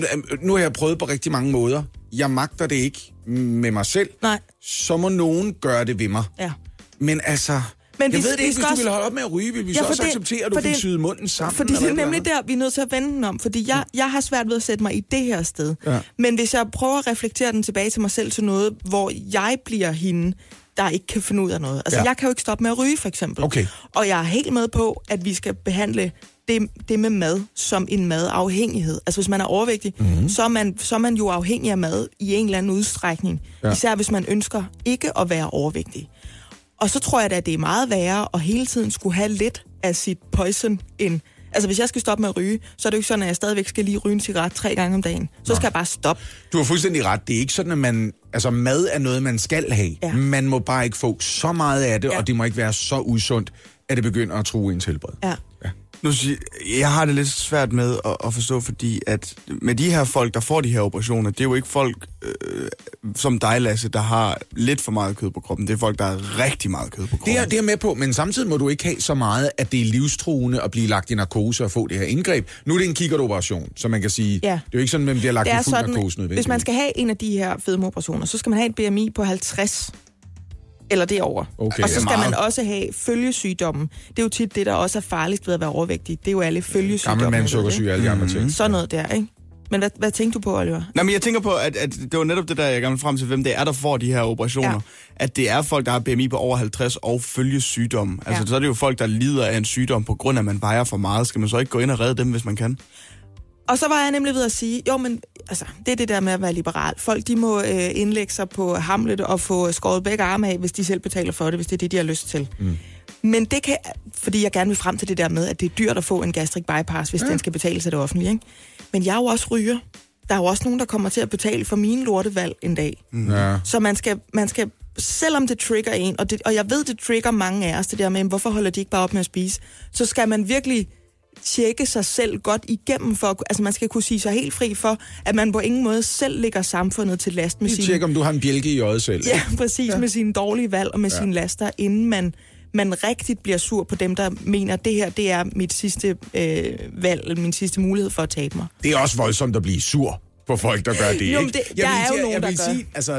S4: Nu har jeg prøvet på rigtig mange måder. Jeg magter det ikke med mig selv.
S3: Nej.
S4: Så må nogen gøre det ved mig.
S3: Ja.
S4: Men altså...
S3: Men
S4: jeg
S3: vi,
S4: ved det ikke, hvis
S3: også...
S4: du ville holde op med at ryge, vil vi ja, så også det, acceptere, at du fik syet munden sammen?
S3: Fordi det er nemlig der, vi er nødt til at vende den om. Fordi jeg, jeg har svært ved at sætte mig i det her sted. Ja. Men hvis jeg prøver at reflektere den tilbage til mig selv til noget, hvor jeg bliver hende, der ikke kan finde ud af noget. Altså, ja. Jeg kan jo ikke stoppe med at ryge, for eksempel.
S4: Okay.
S3: Og jeg er helt med på, at vi skal behandle det, det med mad som en madafhængighed. Altså, hvis man er overvægtig, mm-hmm. så, er man, så er man jo afhængig af mad i en eller anden udstrækning. Ja. Især hvis man ønsker ikke at være overvægtig. Og så tror jeg da, at det er meget værre at hele tiden skulle have lidt af sit poison ind. Altså, hvis jeg skal stoppe med at ryge, så er det jo ikke sådan, at jeg stadigvæk skal lige ryge en cigaret tre gange om dagen. Så Nå. skal jeg bare stoppe.
S4: Du har fuldstændig ret. Det er ikke sådan, at man... Altså, mad er noget, man skal have. Ja. Man må bare ikke få så meget af det, ja. Og det må ikke være så usundt, at det begynder at true ens helbred.
S3: Ja.
S2: Ja. Nu siger, jeg har det lidt svært med at, at forstå, fordi at med de her folk, der får de her operationer, det er jo ikke folk øh, som dig, Lasse, der har lidt for meget kød på kroppen. Det er folk, der har rigtig meget kød på kroppen.
S4: Det er, det er med på, men samtidig må du ikke have så meget, at det er livstruende at blive lagt i narkose og få det her indgreb. Nu er det en kikkertoperation, så man kan sige, ja. Det er jo ikke sådan, at man bliver lagt i fuld sådan, narkose.
S3: Hvis man skal have en af de her fedmeoperationer, så skal man have et B M I på halvtreds. Eller derover.
S4: Okay,
S3: og så skal man også have følgesygdommen. Det er jo tit det, der også er farligt ved at være overvægtig. Det er jo alle følgesygdomme.
S4: Gammel mand, sukkersyge, alle de andre ting.
S3: Sådan noget der, ikke? Men hvad, hvad tænker du på, Oliver?
S2: Nej, men jeg tænker på, at, at det var netop det, der jeg gerne vil frem til, hvem det er, der får de her operationer. Ja. At det er folk, der har B M I på over halvtreds og følgesygdomme. Altså, ja. Så er det jo folk, der lider af en sygdom på grund af, at man vejer for meget. Skal man så ikke gå ind og redde dem, hvis man kan?
S3: Og så var jeg nemlig ved at sige, jo, men altså, det er det der med at være liberal. Folk, de må øh, indlægge sig på Hamlet og få skåret begge arme af, hvis de selv betaler for det, hvis det er det, de har lyst til. Mm. Men det kan, fordi jeg gerne vil frem til det der med, at det er dyrt at få en gastric bypass, hvis ja. Den skal betales af det offentlige, ikke? Men jeg er jo også ryger. Der er jo også nogen, der kommer til at betale for mine lortevalg en dag.
S4: Mm. Ja.
S3: Så man skal, man skal, selvom det trigger en, og, det, og jeg ved, det trigger mange af os, det der med, hvorfor holder de ikke bare op med at spise, så skal man virkelig tjekke sig selv godt igennem, for, altså man skal kunne sige sig helt fri for, at man på ingen måde selv lægger samfundet til last med
S4: sine...
S3: Tjek,
S4: om du har en bjælke i øjet selv.
S3: Ja, præcis, ja. Med sine dårlige valg og med ja. Sine laster, inden man, man rigtigt bliver sur på dem, der mener, at det her, det er mit sidste øh, valg, min sidste mulighed for at tabe mig.
S4: Det er også voldsomt at blive sur på folk, der gør det,
S3: jo,
S4: ikke?
S3: Det, jeg, jeg er jo nogen,
S4: jeg
S3: der
S4: vil
S3: gør.
S4: Sige, altså,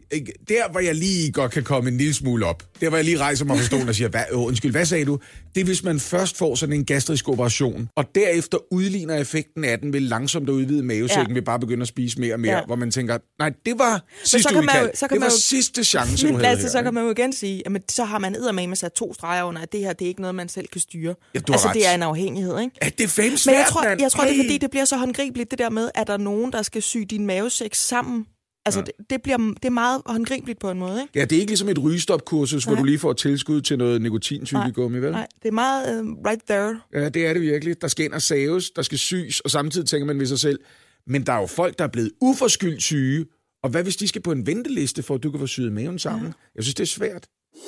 S4: der, hvor jeg lige godt kan komme en lille smule op, der, hvor jeg lige rejser mig på stolen og siger, hvad, øh, undskyld, hvad sagde du? Det er, hvis man først får sådan en gastrisk operation, og derefter udligner effekten af den ved langsomt at udvide mavesækken, ja. Ved bare begynde at spise mere og mere, ja. Hvor man tænker, nej, det var sidste udkald. Det var jo, sidste chance, du havde
S3: Lasse,
S4: her.
S3: Så kan man jo igen sige, at så har man eddermame sat to streger under, at det her, det er ikke noget, man selv kan styre. Ja, altså, ret. Det er en afhængighed, ikke?
S4: Ja, det er fandme
S3: svært, men jeg tror, jeg tror det er, fordi det bliver så håndgribeligt, det der med, at der er nogen, der skal sy din mavesæk sammen. Altså, ja. det, det, bliver, det er meget håndgribeligt på en måde, ikke?
S4: Ja, det er ikke ligesom et rygestopkursus, hvor du lige får tilskud til noget nikotintyggegummi, vel?
S3: Nej, det er meget uh, right there.
S4: Ja, det er det virkelig. Der skal ind og saves, der skal sys, og samtidig tænker man ved sig selv, men der er jo folk, der er blevet uforskyldt syge, og hvad hvis de skal på en venteliste, for at du kan få syet maven sammen? Ja. Jeg synes, det er svært.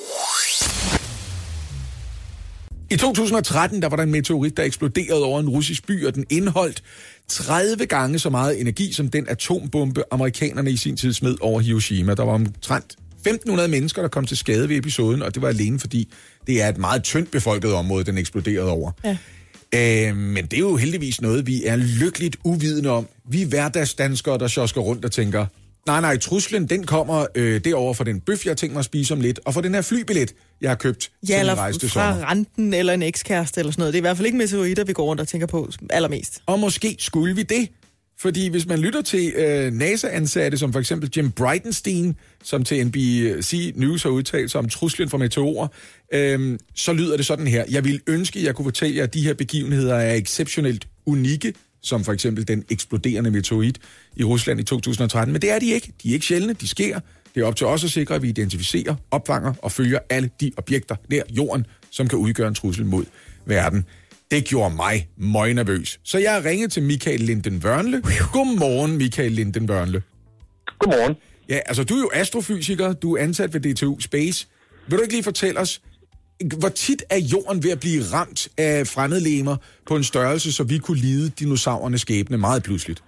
S4: I to tusind og tretten, der var der en meteorit, der eksploderede over en russisk by, og den indeholdt tredive gange så meget energi, som den atombombe, amerikanerne i sin tid smed over Hiroshima. Der var omtrent femten hundrede mennesker, der kom til skade ved episoden, og det var alene fordi, det er et meget tyndt befolket område, den eksploderede over. Ja. Øh, men det er jo heldigvis noget, vi er lykkeligt uvidende om. Vi er hverdagsdanskere, der sjosker rundt og tænker, nej, nej, truslen, den kommer øh, derover for den bøf, jeg har tænkt mig at spise om lidt, og for den her flybillet, jeg har købt
S3: ja,
S4: til
S3: eller
S4: en rejse til
S3: fra
S4: sommer.
S3: renten eller en ekskæreste eller sådan noget. Det er i hvert fald ikke meteoritter, vi går rundt og tænker på allermest.
S4: Og måske skulle vi det, fordi hvis man lytter til øh, NASA-ansatte, som for eksempel Jim Bridenstine, som til N B C News har udtalt sig om truslen fra meteorer, øh, så lyder det sådan her. Jeg ville ønske, at jeg kunne fortælle jer, at de her begivenheder er exceptionelt unikke, som for eksempel den eksploderende meteorit i Rusland i to tusind og tretten. Men det er de ikke. De er ikke sjældne, de sker. Det er op til os at sikre, at vi identificerer, opfanger og følger alle de objekter nær jorden, som kan udgøre en trussel mod verden. Det gjorde mig møgnervøs. Så jeg har ringet til Michael Linden-Wørnle. Godmorgen, Michael Linden-Wørnle.
S9: Godmorgen.
S4: Ja, altså du er jo astrofysiker, du er ansat ved D T U Space. Vil du ikke lige fortælle os, hvor tit er jorden ved at blive ramt af fremmedlegemer på en størrelse, så vi kunne lide dinosaurernes skæbne meget pludseligt?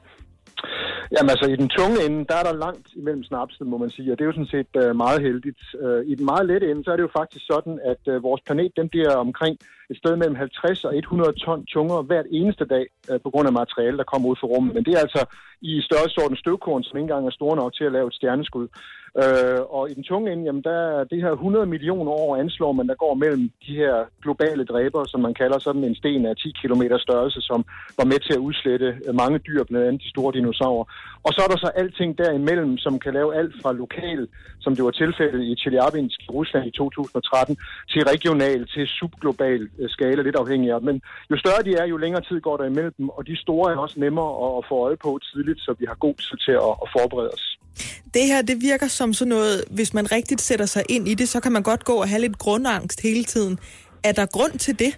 S9: Jamen altså, i den tunge ende, der er der langt imellem snapsen, må man sige, og det er jo sådan set uh, meget heldigt. Uh, I den meget lette ende, så er det jo faktisk sådan, at uh, vores planet, den bliver omkring et sted mellem halvtreds og hundrede ton tungere hvert eneste dag, uh, på grund af materiale, der kommer ud fra rummet. Men det er altså i størrelsesorden støvkorn, som ikke engang er store nok til at lave et stjerneskud. Uh, og i den tunge ende, jamen der er det her hundrede millioner år anslår man, der går mellem de her globale dræbere, som man kalder sådan en sten af ti kilometer størrelse, som var med til at udslette mange dyr, blandt andet de store dinosaurer. Og så er der så alting derimellem, som kan lave alt fra lokal, som det var tilfældet i Tjeljabinsk i Rusland i to tusind og tretten, til regional, til subglobal skala, lidt afhængig af. Men jo større de er, jo længere tid går der imellem dem, og de store er også nemmere at få øje på tidligt, så vi har god tid til at, at forberede os.
S3: Det her, det virker som sådan noget, hvis man rigtigt sætter sig ind i det, så kan man godt gå og have lidt grundangst hele tiden. Er der grund til det?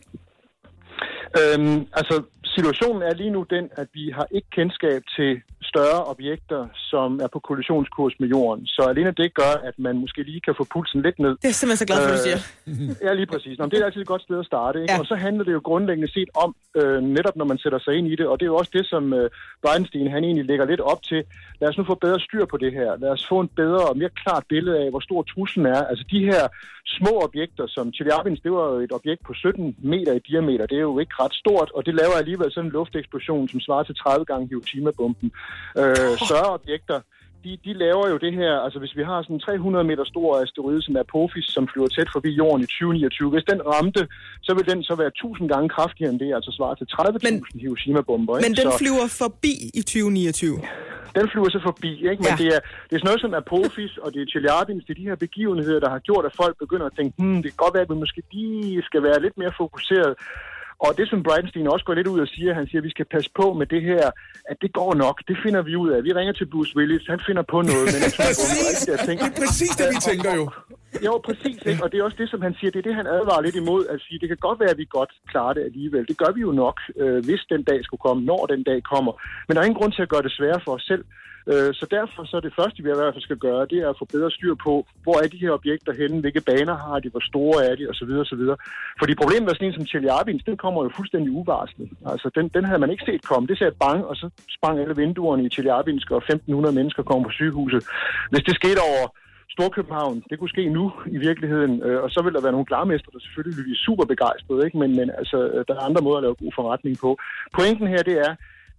S9: Øhm, altså, situationen er lige nu den, at vi har ikke kendskab til større objekter, som er på kollisionskurs med jorden. Så alene det gør, at man måske lige kan få pulsen lidt ned.
S3: Det er simpelthen så glad for, øh, du siger.
S9: Ja, lige præcis. Nå, det er altid et godt sted at starte. Ikke? Ja. Og så handler det jo grundlæggende set om, øh, netop når man sætter sig ind i det, og det er jo også det, som øh, Bridenstine, han egentlig lægger lidt op til. Lad os nu få bedre styr på det her. Lad os få en bedre og mere klart billede af, hvor stor truslen er. Altså de her små objekter, som Tjeljabinsk, det var jo et objekt på sytten meter i diameter. Det er jo ikke ret stort, og det laver alligevel sådan en lufteksplosion, som svarer til tredive gange Hiroshima-bomben. Øh, større objekter, de, de laver jo det her, altså hvis vi har sådan en tre hundrede meter stor asteroide, som er Apophis, som flyver tæt forbi jorden i tyve niogtyve, hvis den ramte, så vil den så være tusind gange kraftigere end det, altså svare til tredive tusind Hiroshima-bomber.
S3: Men
S9: ikke?
S3: den
S9: så,
S3: flyver forbi i tyve niogtyve?
S9: Den flyver så forbi, ikke? Men ja. det, er, det er sådan noget som Apophis, og det er Tjeljabinsk, det er de her begivenheder, der har gjort, at folk begynder at tænke, hmm, det kan godt være, at vi måske lige skal være lidt mere fokuseret. Og det, som Bridenstine også går lidt ud og siger, han siger, at vi skal passe på med det her, at det går nok. Det finder vi ud af. Vi ringer til Bruce Willis, han finder på noget. Men jeg tror,
S4: præcis, det,
S9: tænker,
S4: det er præcis det, vi tænker jo.
S9: Jo, præcis. Ikke? Og det er også det, som han siger, det er det, han advarer lidt imod. At sige, det kan godt være, at vi godt klarer det alligevel. Det gør vi jo nok, øh, hvis den dag skulle komme, når den dag kommer. Men der er ingen grund til at gøre det sværere for os selv. Så derfor så det første, vi i hvert fald skal gøre, det er at få bedre styr på, hvor er de her objekter henne, hvilke baner har de, hvor store er de, osv. osv. Fordi problemet er sådan en som Tjeljabinsk, den kommer jo fuldstændig uvarslet. Altså, den, den havde man ikke set komme. Det sagde bang, og så sprang alle vinduerne i Tjeljabinsk, og femten hundrede mennesker kom på sygehuset. Hvis det skete over Storkøbenhavn, det kunne ske nu i virkeligheden, og så vil der være nogle klarmester, der selvfølgelig bliver super begejstrede, ikke? Men, men altså, der er andre måder at lave god forretning på. Pointen her, det er,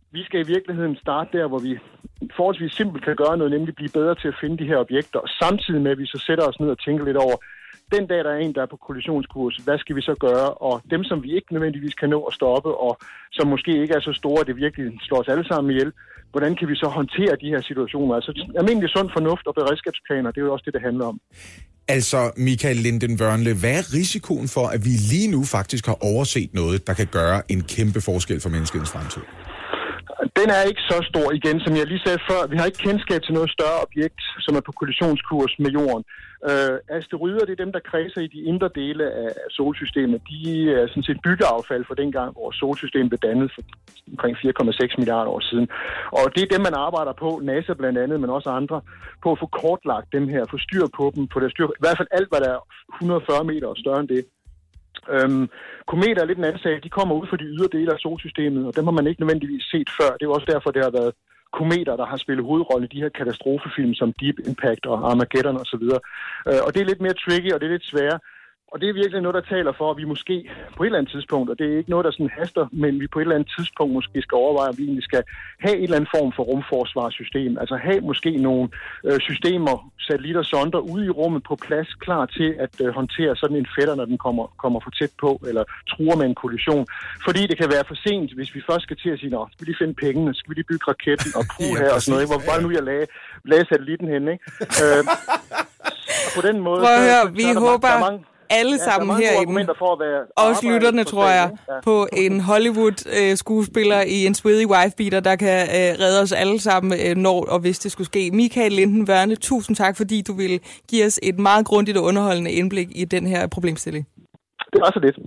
S9: vi skal i virkeligheden starte der, hvor vi forholdsvis simpelt kan gøre noget, nemlig blive bedre til at finde de her objekter, og samtidig med, at vi så sætter os ned og tænker lidt over, den dag, der er en, der er på kollisionskurs, hvad skal vi så gøre? Og dem, som vi ikke nødvendigvis kan nå at stoppe, og som måske ikke er så store, at det virkelig slår os alle sammen ihjel, hvordan kan vi så håndtere de her situationer? Altså almindelig sund fornuft og beredskabsplaner, det er jo også det, det handler om.
S4: Altså, Michael Linden-Wørnle, hvad er risikoen for, at vi lige nu faktisk har overset noget, der kan gøre en kæmpe forskel for menneskets fremtid?
S9: Den er ikke så stor igen, som jeg lige sagde før. Vi har ikke kendskab til noget større objekt, som er på kollisionskurs med jorden. Øh, asteroider, det er dem, der kredser i de indre dele af solsystemet. De er sådan set byggeaffald fra dengang, hvor solsystemet blev dannet for omkring fire komma seks milliarder år siden. Og det er dem, man arbejder på, NASA blandt andet, men også andre, på at få kortlagt dem her, få styr på dem, få det styr på, i hvert fald alt, hvad der er et hundrede og fyrre meter og større end det. Øhm, kometer er lidt en anden sag. De kommer ud fra de ydre dele af solsystemet, og dem har man ikke nødvendigvis set før. Det er også derfor, det har været kometer, der har spillet hovedrolle i de her katastrofefilm som Deep Impact og Armageddon osv. Øh, og det er lidt mere tricky, og det er lidt sværere. Og det er virkelig noget, der taler for, at vi måske på et eller andet tidspunkt, og det er ikke noget, der sådan haster, men vi på et eller andet tidspunkt måske skal overveje, at vi egentlig skal have en eller anden form for rumforsvarssystem. Altså have måske nogle øh, systemer, satellitter, sonder ude i rummet på plads, klar til at øh, håndtere sådan en fætter, når den kommer, kommer for tæt på, eller truer med en kollision. Fordi det kan være for sent, hvis vi først skal til at sige, nå, skal vi lige finde pengene, skal vi lige bygge raketten og puh her og sådan noget. Hvor var det nu, jeg lagde, lagde satellitten hen, ikke? øh, på den måde...
S3: Prøv at høre,
S9: så,
S3: vi
S9: så
S3: håber...
S9: mange,
S3: alle
S9: ja,
S3: sammen herinde,
S9: for at være
S3: også lytterne, tror jeg, ja. på en Hollywood-skuespiller i en Swedish Wife-beater, der kan øh, redde os alle sammen, øh, når og hvis det skulle ske. Michael Linden-Wørnle, tusind tak, fordi du ville give os et meget grundigt og underholdende indblik i den her problemstilling.
S9: Det var så lidt.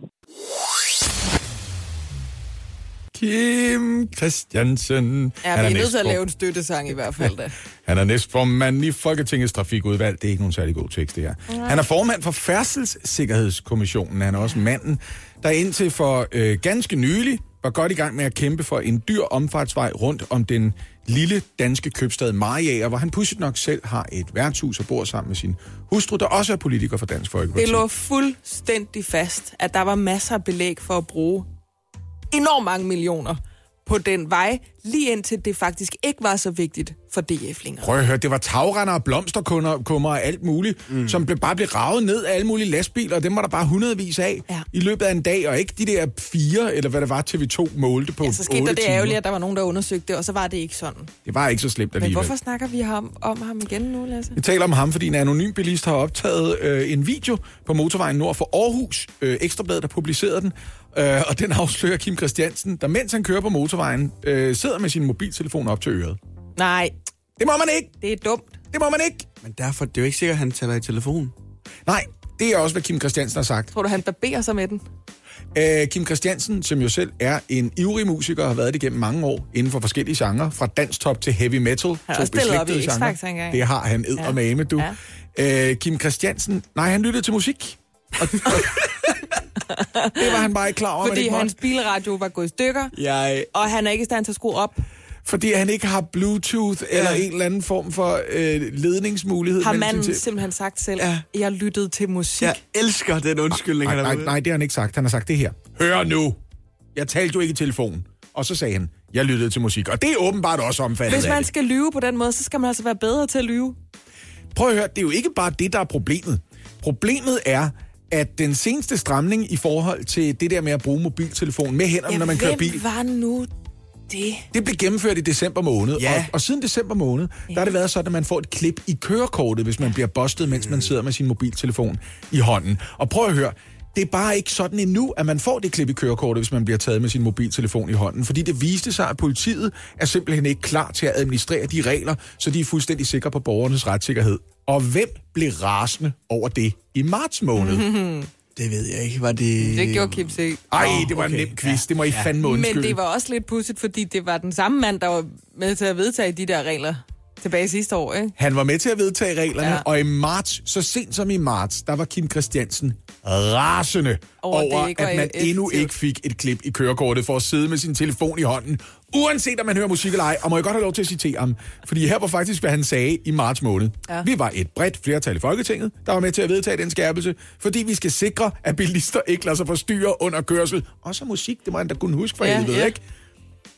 S4: Kim Christiansen.
S3: Ja, vi er nødt til at lave en støttesang i hvert fald da.
S4: Han er næstformand i Folketingets trafikudvalg. Det er ikke nogen særlig god tekst, det her. Ja. Han er formand for Færdselssikkerhedskommissionen. Han er også manden, der indtil for øh, ganske nylig var godt i gang med at kæmpe for en dyr omfartsvej rundt om den lille danske købstad Mariager, hvor han pudsigt nok selv har et værtshus og bor sammen med sin hustru, der også er politiker for Dansk Folkeparti.
S3: Det lå fuldstændig fast, at der var masser af belæg for at bruge enormt mange millioner på den vej, lige indtil det faktisk ikke var så vigtigt for D F længere.
S4: Prøv at høre, det var tagrender og blomsterkummer og alt muligt, mm. som blev, bare blev ravet ned af alle mulige lastbiler, og dem var der bare hundredvis af ja. i løbet af en dag, og ikke de der fire, eller hvad det var, T V to målte på otte timer. Ja, så skete der det ærgerligt,
S3: at der var nogen, der undersøgte det, og så var det ikke sådan.
S4: Det var ikke så slemt alligevel.
S3: Men hvorfor snakker vi ham, om ham igen nu, Lasse?
S4: Vi taler om ham, fordi en anonym bilist har optaget øh, en video på motorvejen nord for Aarhus. Øh, Ekstrabladet, der publicerede den, øh, og den afslører Kim Christiansen, der mens han kører på motorvejen, øh, sidder med sin mobiltelefon op til øret.
S3: Nej.
S4: Det må man ikke.
S3: Det er dumt.
S4: Det må man ikke.
S2: Men derfor, det er jo ikke sikkert, at han taler i telefon.
S4: Nej, det er også, hvad Kim Christiansen har sagt.
S3: Tror du, han barberer sig med den?
S4: Uh, Kim Christiansen, som jo selv er en ivrig musiker, har været det gennem mange år inden for forskellige genrer, fra danstop til heavy metal.
S3: Han har også stillet op i X-Factor engang.
S4: Det har han eddermame, du. Ja. Uh, Kim Christiansen, nej, han lyttede til musik. Og, og det var han bare ikke klar over.
S3: Fordi hans bilradio var gået i stykker,
S2: jeg...
S3: og han er ikke i stand til at skrue op.
S4: Fordi han ikke har Bluetooth ja. eller en eller anden form for øh, ledningsmulighed.
S3: Har manden til... simpelthen sagt selv, ja. jeg lyttede til musik.
S2: Jeg elsker den undskyldning.
S4: Nej, nej, nej, nej, det har han ikke sagt. Han har sagt det her. Hør nu, jeg talte jo ikke i telefon. Og så sagde han, jeg lyttede til musik. Og det er åbenbart også omfattet.
S3: Hvis man skal lyve på den måde, så skal man altså være bedre til at lyve.
S4: Prøv at høre, det er jo ikke bare det, der er problemet. Problemet er, at den seneste stramning i forhold til det der med at bruge mobiltelefon med hænderne, ja, når man kører bil...
S3: hvem var nu det?
S4: Det blev gennemført i december måned,
S2: ja.
S4: og, og siden december måned, ja. der har det været sådan, at man får et klip i kørekortet, hvis man bliver bustet, mens man sidder med sin mobiltelefon i hånden. Og prøv at høre, det er bare ikke sådan endnu, at man får det klip i kørekortet, hvis man bliver taget med sin mobiltelefon i hånden. Fordi det viste sig, at politiet er simpelthen ikke klar til at administrere de regler, så de er fuldstændig sikre på borgernes retssikkerhed. Og hvem blev rasende over det i marts måned?
S3: Mm-hmm.
S2: Det ved jeg ikke, var det...
S3: Det gjorde Kim C.
S4: Ej, det var okay. en nem quiz, ja. det må I ja. fandme undskylde.
S3: Men det var også lidt pudsigt, fordi det var den samme mand, der var med til at vedtage de der regler tilbage sidste år, ikke?
S4: Han var med til at vedtage reglerne, ja. og i marts, så sent som i marts, der var Kim Christiansen rasende over, over at man effektivt. endnu ikke fik et klip i kørekortet for at sidde med sin telefon i hånden, uanset om man hører musik eller ej. Og må jeg godt have lov til at citere ham, fordi her var faktisk, hvad han sagde i marts måned. Ja. Vi var et bredt flertal i Folketinget, der var med til at vedtage den skærpelse, fordi vi skal sikre, at bilister ikke lader sig forstyrre under kørsel. Og så musik, det må han da kunne huske for ja, helvede, ja. ikke?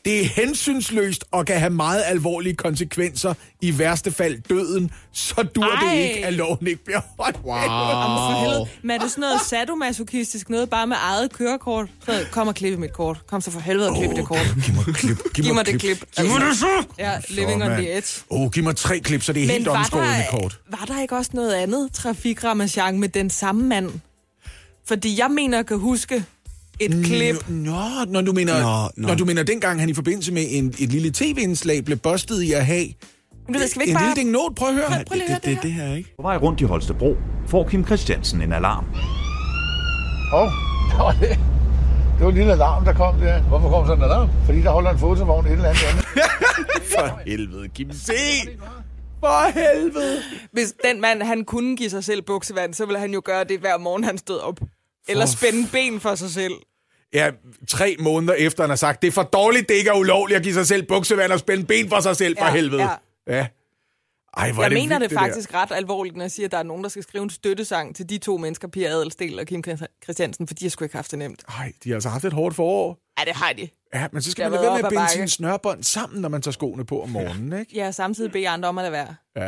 S4: Det er hensynsløst og kan have meget alvorlige konsekvenser, i værste fald døden, så dur Ej. det ikke, at loven ikke bliver holdt.
S3: Wow. Men er det sådan noget sadomasochistisk noget, bare med eget kørekort? Så kom og klippe mit kort. Kom så for helvede og klippe oh, det kort.
S4: Giv mig klip. Giv,
S3: giv mig
S4: klip.
S3: det klip.
S4: Giv mig det så!
S3: Ja, living så, on the edge.
S4: Åh, oh, giv mig tre klip, så det er Men helt omskårende kort.
S3: Var der ikke også noget andet trafikramachan med den samme mand? Fordi jeg mener, jeg kan huske et klip.
S4: Nå, når du mener, nå, nå. Når du mener dengang han i forbindelse med en, et lille tv-indslag blev bustet i at have
S3: Men ved, skal vi ikke
S4: en
S3: bare...
S4: lille dingnot. Prøv at høre.
S3: Prøv, prøv
S2: det,
S3: høre
S2: det, det, det her, ikke?
S10: På vej rundt i Holstebro får Kim Christiansen en alarm.
S11: Åh, oh, det var det. Det var en lille alarm, der kom der. Hvorfor kom sådan en alarm? Fordi der holder en fotovogn et eller andet andet.
S4: For helvede, Kim. Se! For helvede!
S3: Hvis den mand, han kunne give sig selv buksevand, så ville han jo gøre det hver morgen, han stod op. Eller spænde ben for sig selv.
S4: Ja, tre måneder efter han har sagt, det er for dårligt, det ikke er ulovligt at give sig selv buksevand og spænde ben for sig selv, for ja, helvede. Ja. ja. Ej, hvor
S3: jeg
S4: er det
S3: mener
S4: vildt,
S3: det faktisk det ret alvorligt, når jeg siger, at der er nogen, der skal skrive en støttesang til de to mennesker, Pia Adelsteen og Kim Christiansen, for de har sgu ikke haft det nemt.
S4: Nej, de har altså haft et hårdt forår.
S3: Ja, det har de.
S4: Ja, men så skal man lade være med at binde sine snørbånd sammen, når man tager skoene på om morgenen,
S3: ja.
S4: ikke?
S3: Ja, samtidig beder andre om at lade være.
S4: Ja.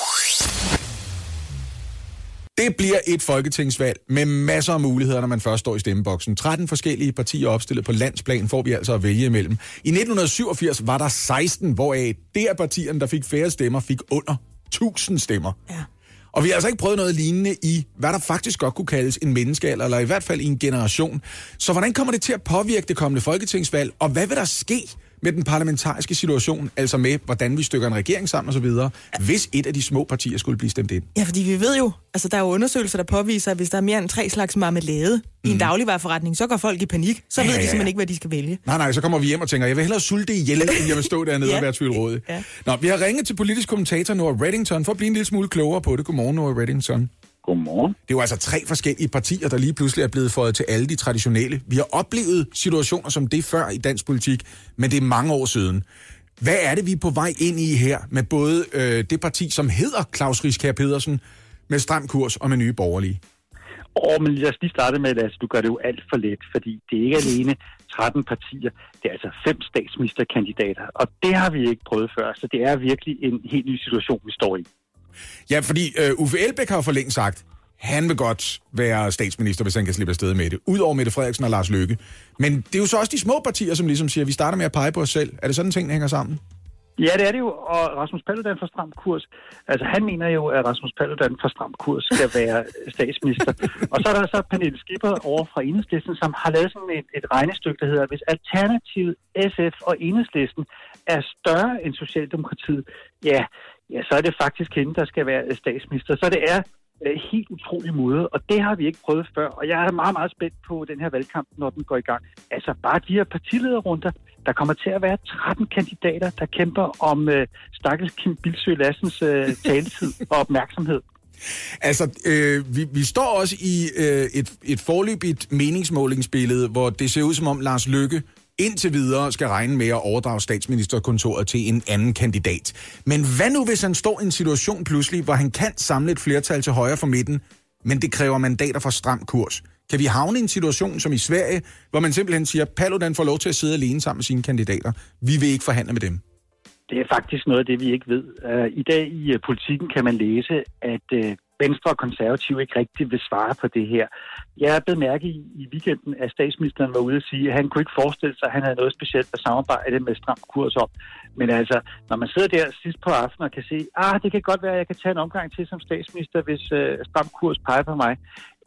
S4: Det bliver et folketingsvalg med masser af muligheder, når man først står i stemmeboksen. tretten forskellige partier opstillet på landsplan får vi altså at vælge imellem. I nitten syvogfirs var der seksten, hvoraf der partierne, der fik færre stemmer, fik under tusind stemmer.
S3: Ja.
S4: Og vi har altså ikke prøvet noget lignende i, hvad der faktisk godt kunne kaldes en menneskealder, eller i hvert fald i en generation. Så hvordan kommer det til at påvirke det kommende folketingsvalg, og hvad vil der ske med den parlamentariske situation, altså med, hvordan vi stykker en regering sammen og så videre, hvis et af de små partier skulle blive stemt ind?
S3: Ja, fordi vi ved jo, altså der er jo undersøgelser, der påviser, at hvis der er mere end tre slags marmelade mm. i en dagligvareforretning, så går folk i panik. Så ja, ved de ja, ja. simpelthen ikke, hvad de skal vælge.
S4: Nej, nej, så kommer vi hjem og tænker, jeg vil hellere sulte ihjel, end jeg vil stå dernede ja. og være tvivlrådig. Ja. Nå, vi har ringet til politisk kommentator Nora Reddington for at blive en lille smule klogere på det. Godmorgen, Nora Reddington.
S12: Godmorgen.
S4: Det er jo altså tre forskellige partier, der lige pludselig er blevet føjet til alle de traditionelle. Vi har oplevet situationer som det før i dansk politik, men det er mange år siden. Hvad er det, vi er på vej ind i her med både øh, det parti, som hedder Klaus Riskær Pedersen, med Stram Kurs og med Nye Borgerlige?
S12: Åh, oh, men lad os lige starte med, at altså, du gør det jo alt for let, fordi det er ikke alene tretten partier, det er altså fem statsministerkandidater, og det har vi ikke prøvet før, så det er virkelig en helt ny situation, vi står i.
S4: Ja, fordi øh, Uffe Elbæk har for længe sagt, han vil godt være statsminister, hvis han kan slippe afsted med det. Udover Mette Frederiksen og Lars Løkke. Men det er jo så også de små partier, som ligesom siger, at vi starter med at pege på os selv. Er det sådan, tingene hænger sammen?
S12: Ja, det er det jo, og Rasmus Paludan fra Stram Kurs, altså han mener jo, at Rasmus Paludan fra Stram Kurs skal være statsminister. Og så er der så Pernille Skipper over fra Enhedslisten, som har lavet sådan et, et regnestykke, der hedder, hvis Alternativet, S F og Enhedslisten er større end Socialdemokratiet, ja, ja, så er det faktisk hende, der skal være statsminister. Så det er øh, helt utrolig måde, og det har vi ikke prøvet før. Og jeg er meget, meget spændt på den her valgkamp, når den går i gang. Altså bare de her partilederrunder, der kommer til at være tretten kandidater, der kæmper om øh, stakkels Kim Bildsøe Lassens øh, taletid og opmærksomhed.
S4: Altså, øh, vi, vi står også i øh, et, et forløbigt meningsmålingsbillede, hvor det ser ud som om Lars Løkke indtil videre skal regne med at overdrage statsministerkontoret til en anden kandidat. Men hvad nu, hvis han står i en situation pludselig, hvor han kan samle et flertal til højre for midten, men det kræver mandater fra Stram Kurs? Kan vi havne i en situation som i Sverige, hvor man simpelthen siger, at Paludan får lov til at sidde alene sammen med sine kandidater? Vi vil ikke forhandle med dem.
S12: Det er faktisk noget af det, vi ikke ved. I dag i Politikken kan man læse, at Venstre og Konservative ikke rigtig vil svare på det her. Jeg har blevet mærke i, i weekenden, at statsministeren var ude at sige, at han kunne ikke forestille sig, at han havde noget specielt at samarbejde med Stram Kurs om. Men altså, når man sidder der sidst på aftenen og kan se, ah, det kan godt være, at jeg kan tage en omgang til som statsminister, hvis uh, Stram Kurs peger på mig,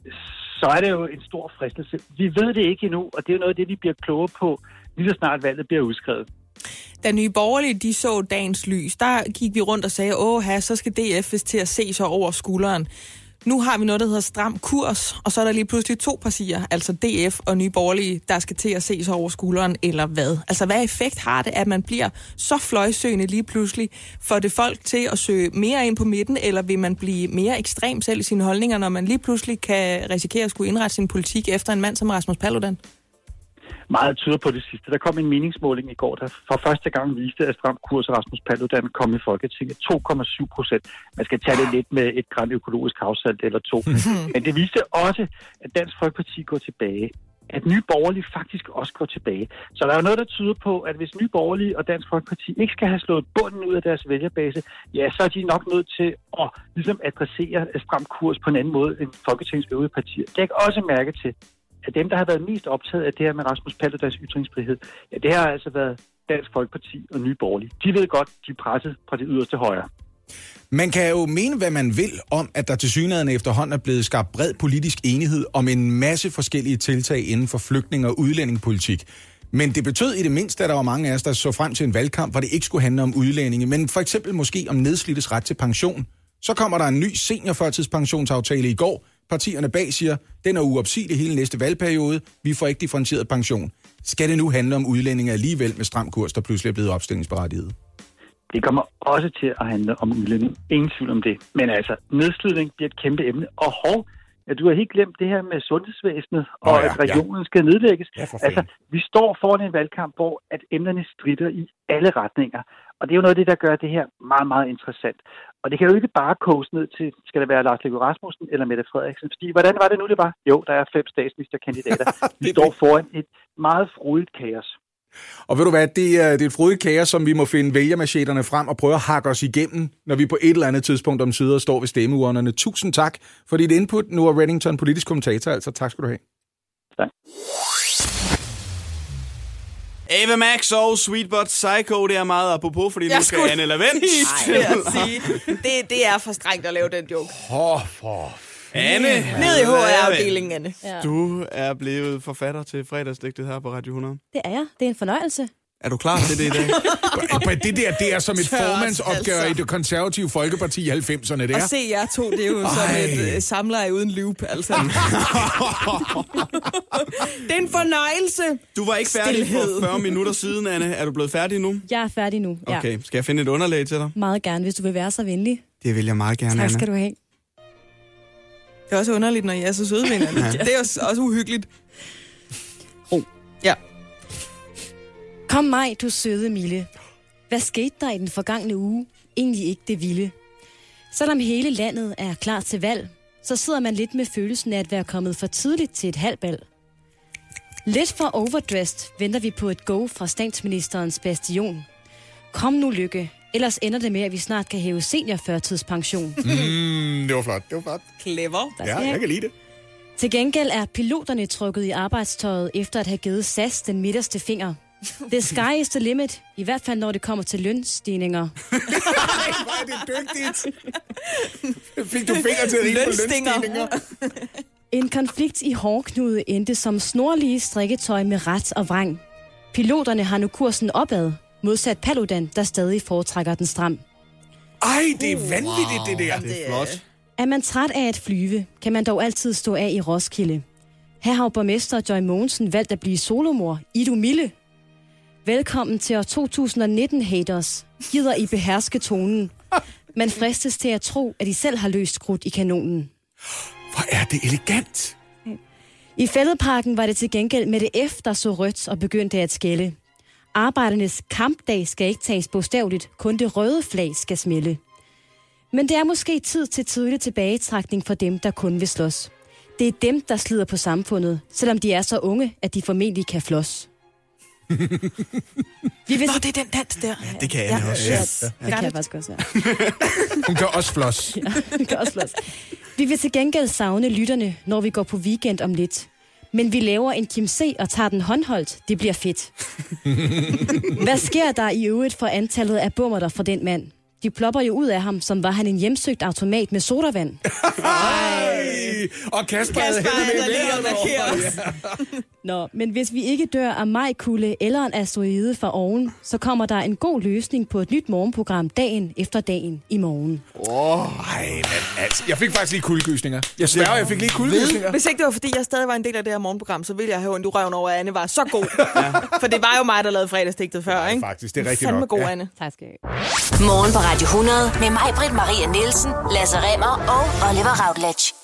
S12: så er det jo en stor fristelse. Vi ved det ikke endnu, og det er jo noget af det, vi bliver klogere på, lige så snart valget bliver udskrevet.
S3: Da Nye Borgerlige, de så dagens lys, der gik vi rundt og sagde, åh, så skal D F vist til at se sig over skulderen. Nu har vi noget, der hedder Stram Kurs, og så er der lige pludselig to partier, altså D F og Nye Borgerlige, der skal til at se sig over skulderen, eller hvad? Altså, hvad effekt har det, at man bliver så fløjsøgende lige pludselig? Får det folk til at søge mere ind på midten, eller vil man blive mere ekstrem selv i sine holdninger, når man lige pludselig kan risikere at skulle indrette sin politik efter en mand som Rasmus Paludan?
S12: Meget tyder på det sidste. Der kom en meningsmåling i går, der for første gang viste, at Stram Kurs og Rasmus Paludan kom i Folketinget. to komma syv procent. Man skal tage det lidt med et gram økologisk havsalt eller to. Men det viste også, at Dansk Folkeparti går tilbage. at Nye Borgerlige faktisk også går tilbage. Så der er jo noget, der tyder på, at hvis Nye Borgerlige og Dansk Folkeparti ikke skal have slået bunden ud af deres vælgerbase, ja, så er de nok nødt til at ligesom adressere stram kurs på en anden måde end Folketingets øvrige partier. Jeg kan også mærke til, at dem, der har været mest optaget af det her med Rasmus Paludans ytringsfrihed, ja, det har altså været Dansk Folkeparti og Nye Borgerlige. De ved godt, de er presset fra det yderste højre.
S4: Man kan jo mene, hvad man vil om, at der tilsyneladende efterhånden er blevet skabt bred politisk enighed om en masse forskellige tiltag inden for flygtning- og udlændingepolitik. Men det betød i det mindste, at der var mange af os, der så frem til en valgkamp, hvor det ikke skulle handle om udlændinge, men for eksempel måske om nedslidtes ret til pension. Så kommer der en ny seniorførtidspensionsaftale i går. Partierne bag siger, den er uopsigelig hele næste valgperiode. Vi får ikke differentieret pension. Skal det nu handle om udlændinge alligevel med stram kurs, der pludselig er blevet opstillingsberettiget?
S12: Det kommer også til at handle om udlænding. Ingen tvivl om det. Men altså, nedslidning bliver et kæmpe emne. Og hov, ja, du har helt glemt det her med sundhedsvæsenet, og oh, ja, at regionen ja. skal nedlægges. Ja, altså, vi står foran en valgkamp, hvor at emnerne stritter i alle retninger. Og det er jo noget af det, der gør det her meget, meget interessant. Og det kan jo ikke bare koges ned til, skal det være Lars Løkke Rasmussen eller Mette Frederiksen? Fordi, hvordan var det nu, det var? Jo, der er fem statsministerkandidater. Vi står foran et meget frodigt kaos.
S4: Og ved du hvad, det er, det er et frodigt kaos, som vi må finde vælgermacheterne frem og prøve at hakke os igennem, når vi på et eller andet tidspunkt om sider står ved stemmeurnerne. Tusind tak for dit input. Nu er Reddington politisk kommentator, altså tak skal du have.
S12: Tak.
S2: Ava Max og Sweet But Psycho, det er meget apropos, fordi
S3: jeg
S2: nu skal Anne Lavendt.
S3: sige. Det, det er for strengt at lave den joke.
S4: Oh, for
S2: Anne.
S3: Ned i H R-afdelingen, Anne.
S2: Ja. Du er blevet forfatter til fredagsdigtet her på Radio hundrede.
S13: Det er jeg. Det er en fornøjelse.
S2: Er du klar til det i dag?
S4: det der, det er som et formandsopgør altså. I det konservative Folkeparti i halvfemserne, det er.
S3: Og se jer to, det er jo Ej. som et uh, samleje uden loop, altså. Det er en fornøjelse.
S2: Du var ikke færdig Stilhed. for fyrre minutter siden, Anne. Er du blevet færdig nu?
S13: Jeg er færdig nu, ja.
S2: Okay, skal jeg finde et underlag til dig?
S13: Meget gerne, hvis du vil være så venlig.
S2: Det vil jeg meget gerne,
S13: tak
S2: Anne.
S13: Tak skal du have.
S3: Det er også underligt, når I er så søde ved hinanden. Ja. Det er også, også uhyggeligt.
S13: Oh.
S3: Ja.
S13: Kom mig, du søde Mille. Hvad skete der i den forgangne uge? Egentlig ikke det vilde. Selvom hele landet er klar til valg, så sidder man lidt med følelsen af at være kommet for tidligt til et halvbal. Lidt for overdressed venter vi på et go fra statsministerens bastion. Kom nu, Lykke. Ellers ender det med, at vi snart kan hæve seniorførtidspension.
S4: Mm, det var flot, det var flot.
S3: Clever.
S4: Ja, jeg kan lide det.
S13: Til gengæld er piloterne trukket i arbejdstøjet efter at have givet S A S den midterste finger. The sky is the limit, i hvert fald når det kommer til lønstigninger.
S4: Ej, hvor er det dygtigt. Fik du fingre til at rige på lønstigninger?
S13: En konflikt i hårdknude endte som snorlige strikketøj med ret og vrang. Piloterne har nu kursen opad, modsat Paludan, der stadig foretrækker den stram.
S4: Ej, det er vanvittigt, wow. det der.
S2: Det er flot.
S13: Er man træt af at flyve, kan man dog altid stå af i Roskilde. Her har borgmester Joy Mogensen valgt at blive solomor i du milde. Velkommen til år to tusind nitten, haters. Gider I beherske tonen. Man fristes til at tro, at I selv har løst krudt i kanonen.
S4: Hvor er det elegant.
S13: I Fælledparken var det til gengæld med det F, der så rødt og begyndte at skælde. Arbejdernes kampdag skal ikke tages bogstaveligt, kun det røde flag skal smelle. Men det er måske tid til tidlig tilbagetrækning for dem, der kun vil slås. Det er dem, der slider på samfundet, selvom de er så unge, at de formentlig kan flås.
S3: Vi vil... Nå, det er den dans der. Ja,
S2: det kan jeg ja, også.
S13: Ja, ja. Det kan jeg faktisk også, ja.
S4: Hun kan også flås.
S13: Ja, hun kan også flås. Vi vil til gengæld savne lytterne, når vi går på weekend om lidt. Men vi laver en Kim C. og tager den håndholdt. Det bliver fedt. Hvad sker der i øvrigt for antallet af bummerter for den mand? De plopper jo ud af ham, som var han en hjemsøgt automat med sodavand.
S4: Ej! Og Kasper havde hældet med.
S13: Nå, men hvis vi ikke dør af majkulde eller en asteroide fra oven, så kommer der en god løsning på et nyt morgenprogram dagen efter dagen i morgen.
S4: Åh, oh, men altså, jeg fik faktisk lige kuldegysninger. Jeg sværger, jeg fik lige kuldegysninger.
S3: Hvis ikke det var, fordi jeg stadig var en del af det her morgenprogram, så ville jeg have ondt i røven over, at Anne var så god. Ja. For det var jo mig, der lavede fredagsdigtet før, ikke?
S4: Ja, faktisk, det er rigtigt
S3: nok.
S4: Fandme
S3: god,
S4: ja.
S3: Anne.
S13: Tak skal jeg have.
S1: Morgen på Radio hundrede med mig, Britt Maria Nielsen, Lasse Remmer og Oliver Routledge.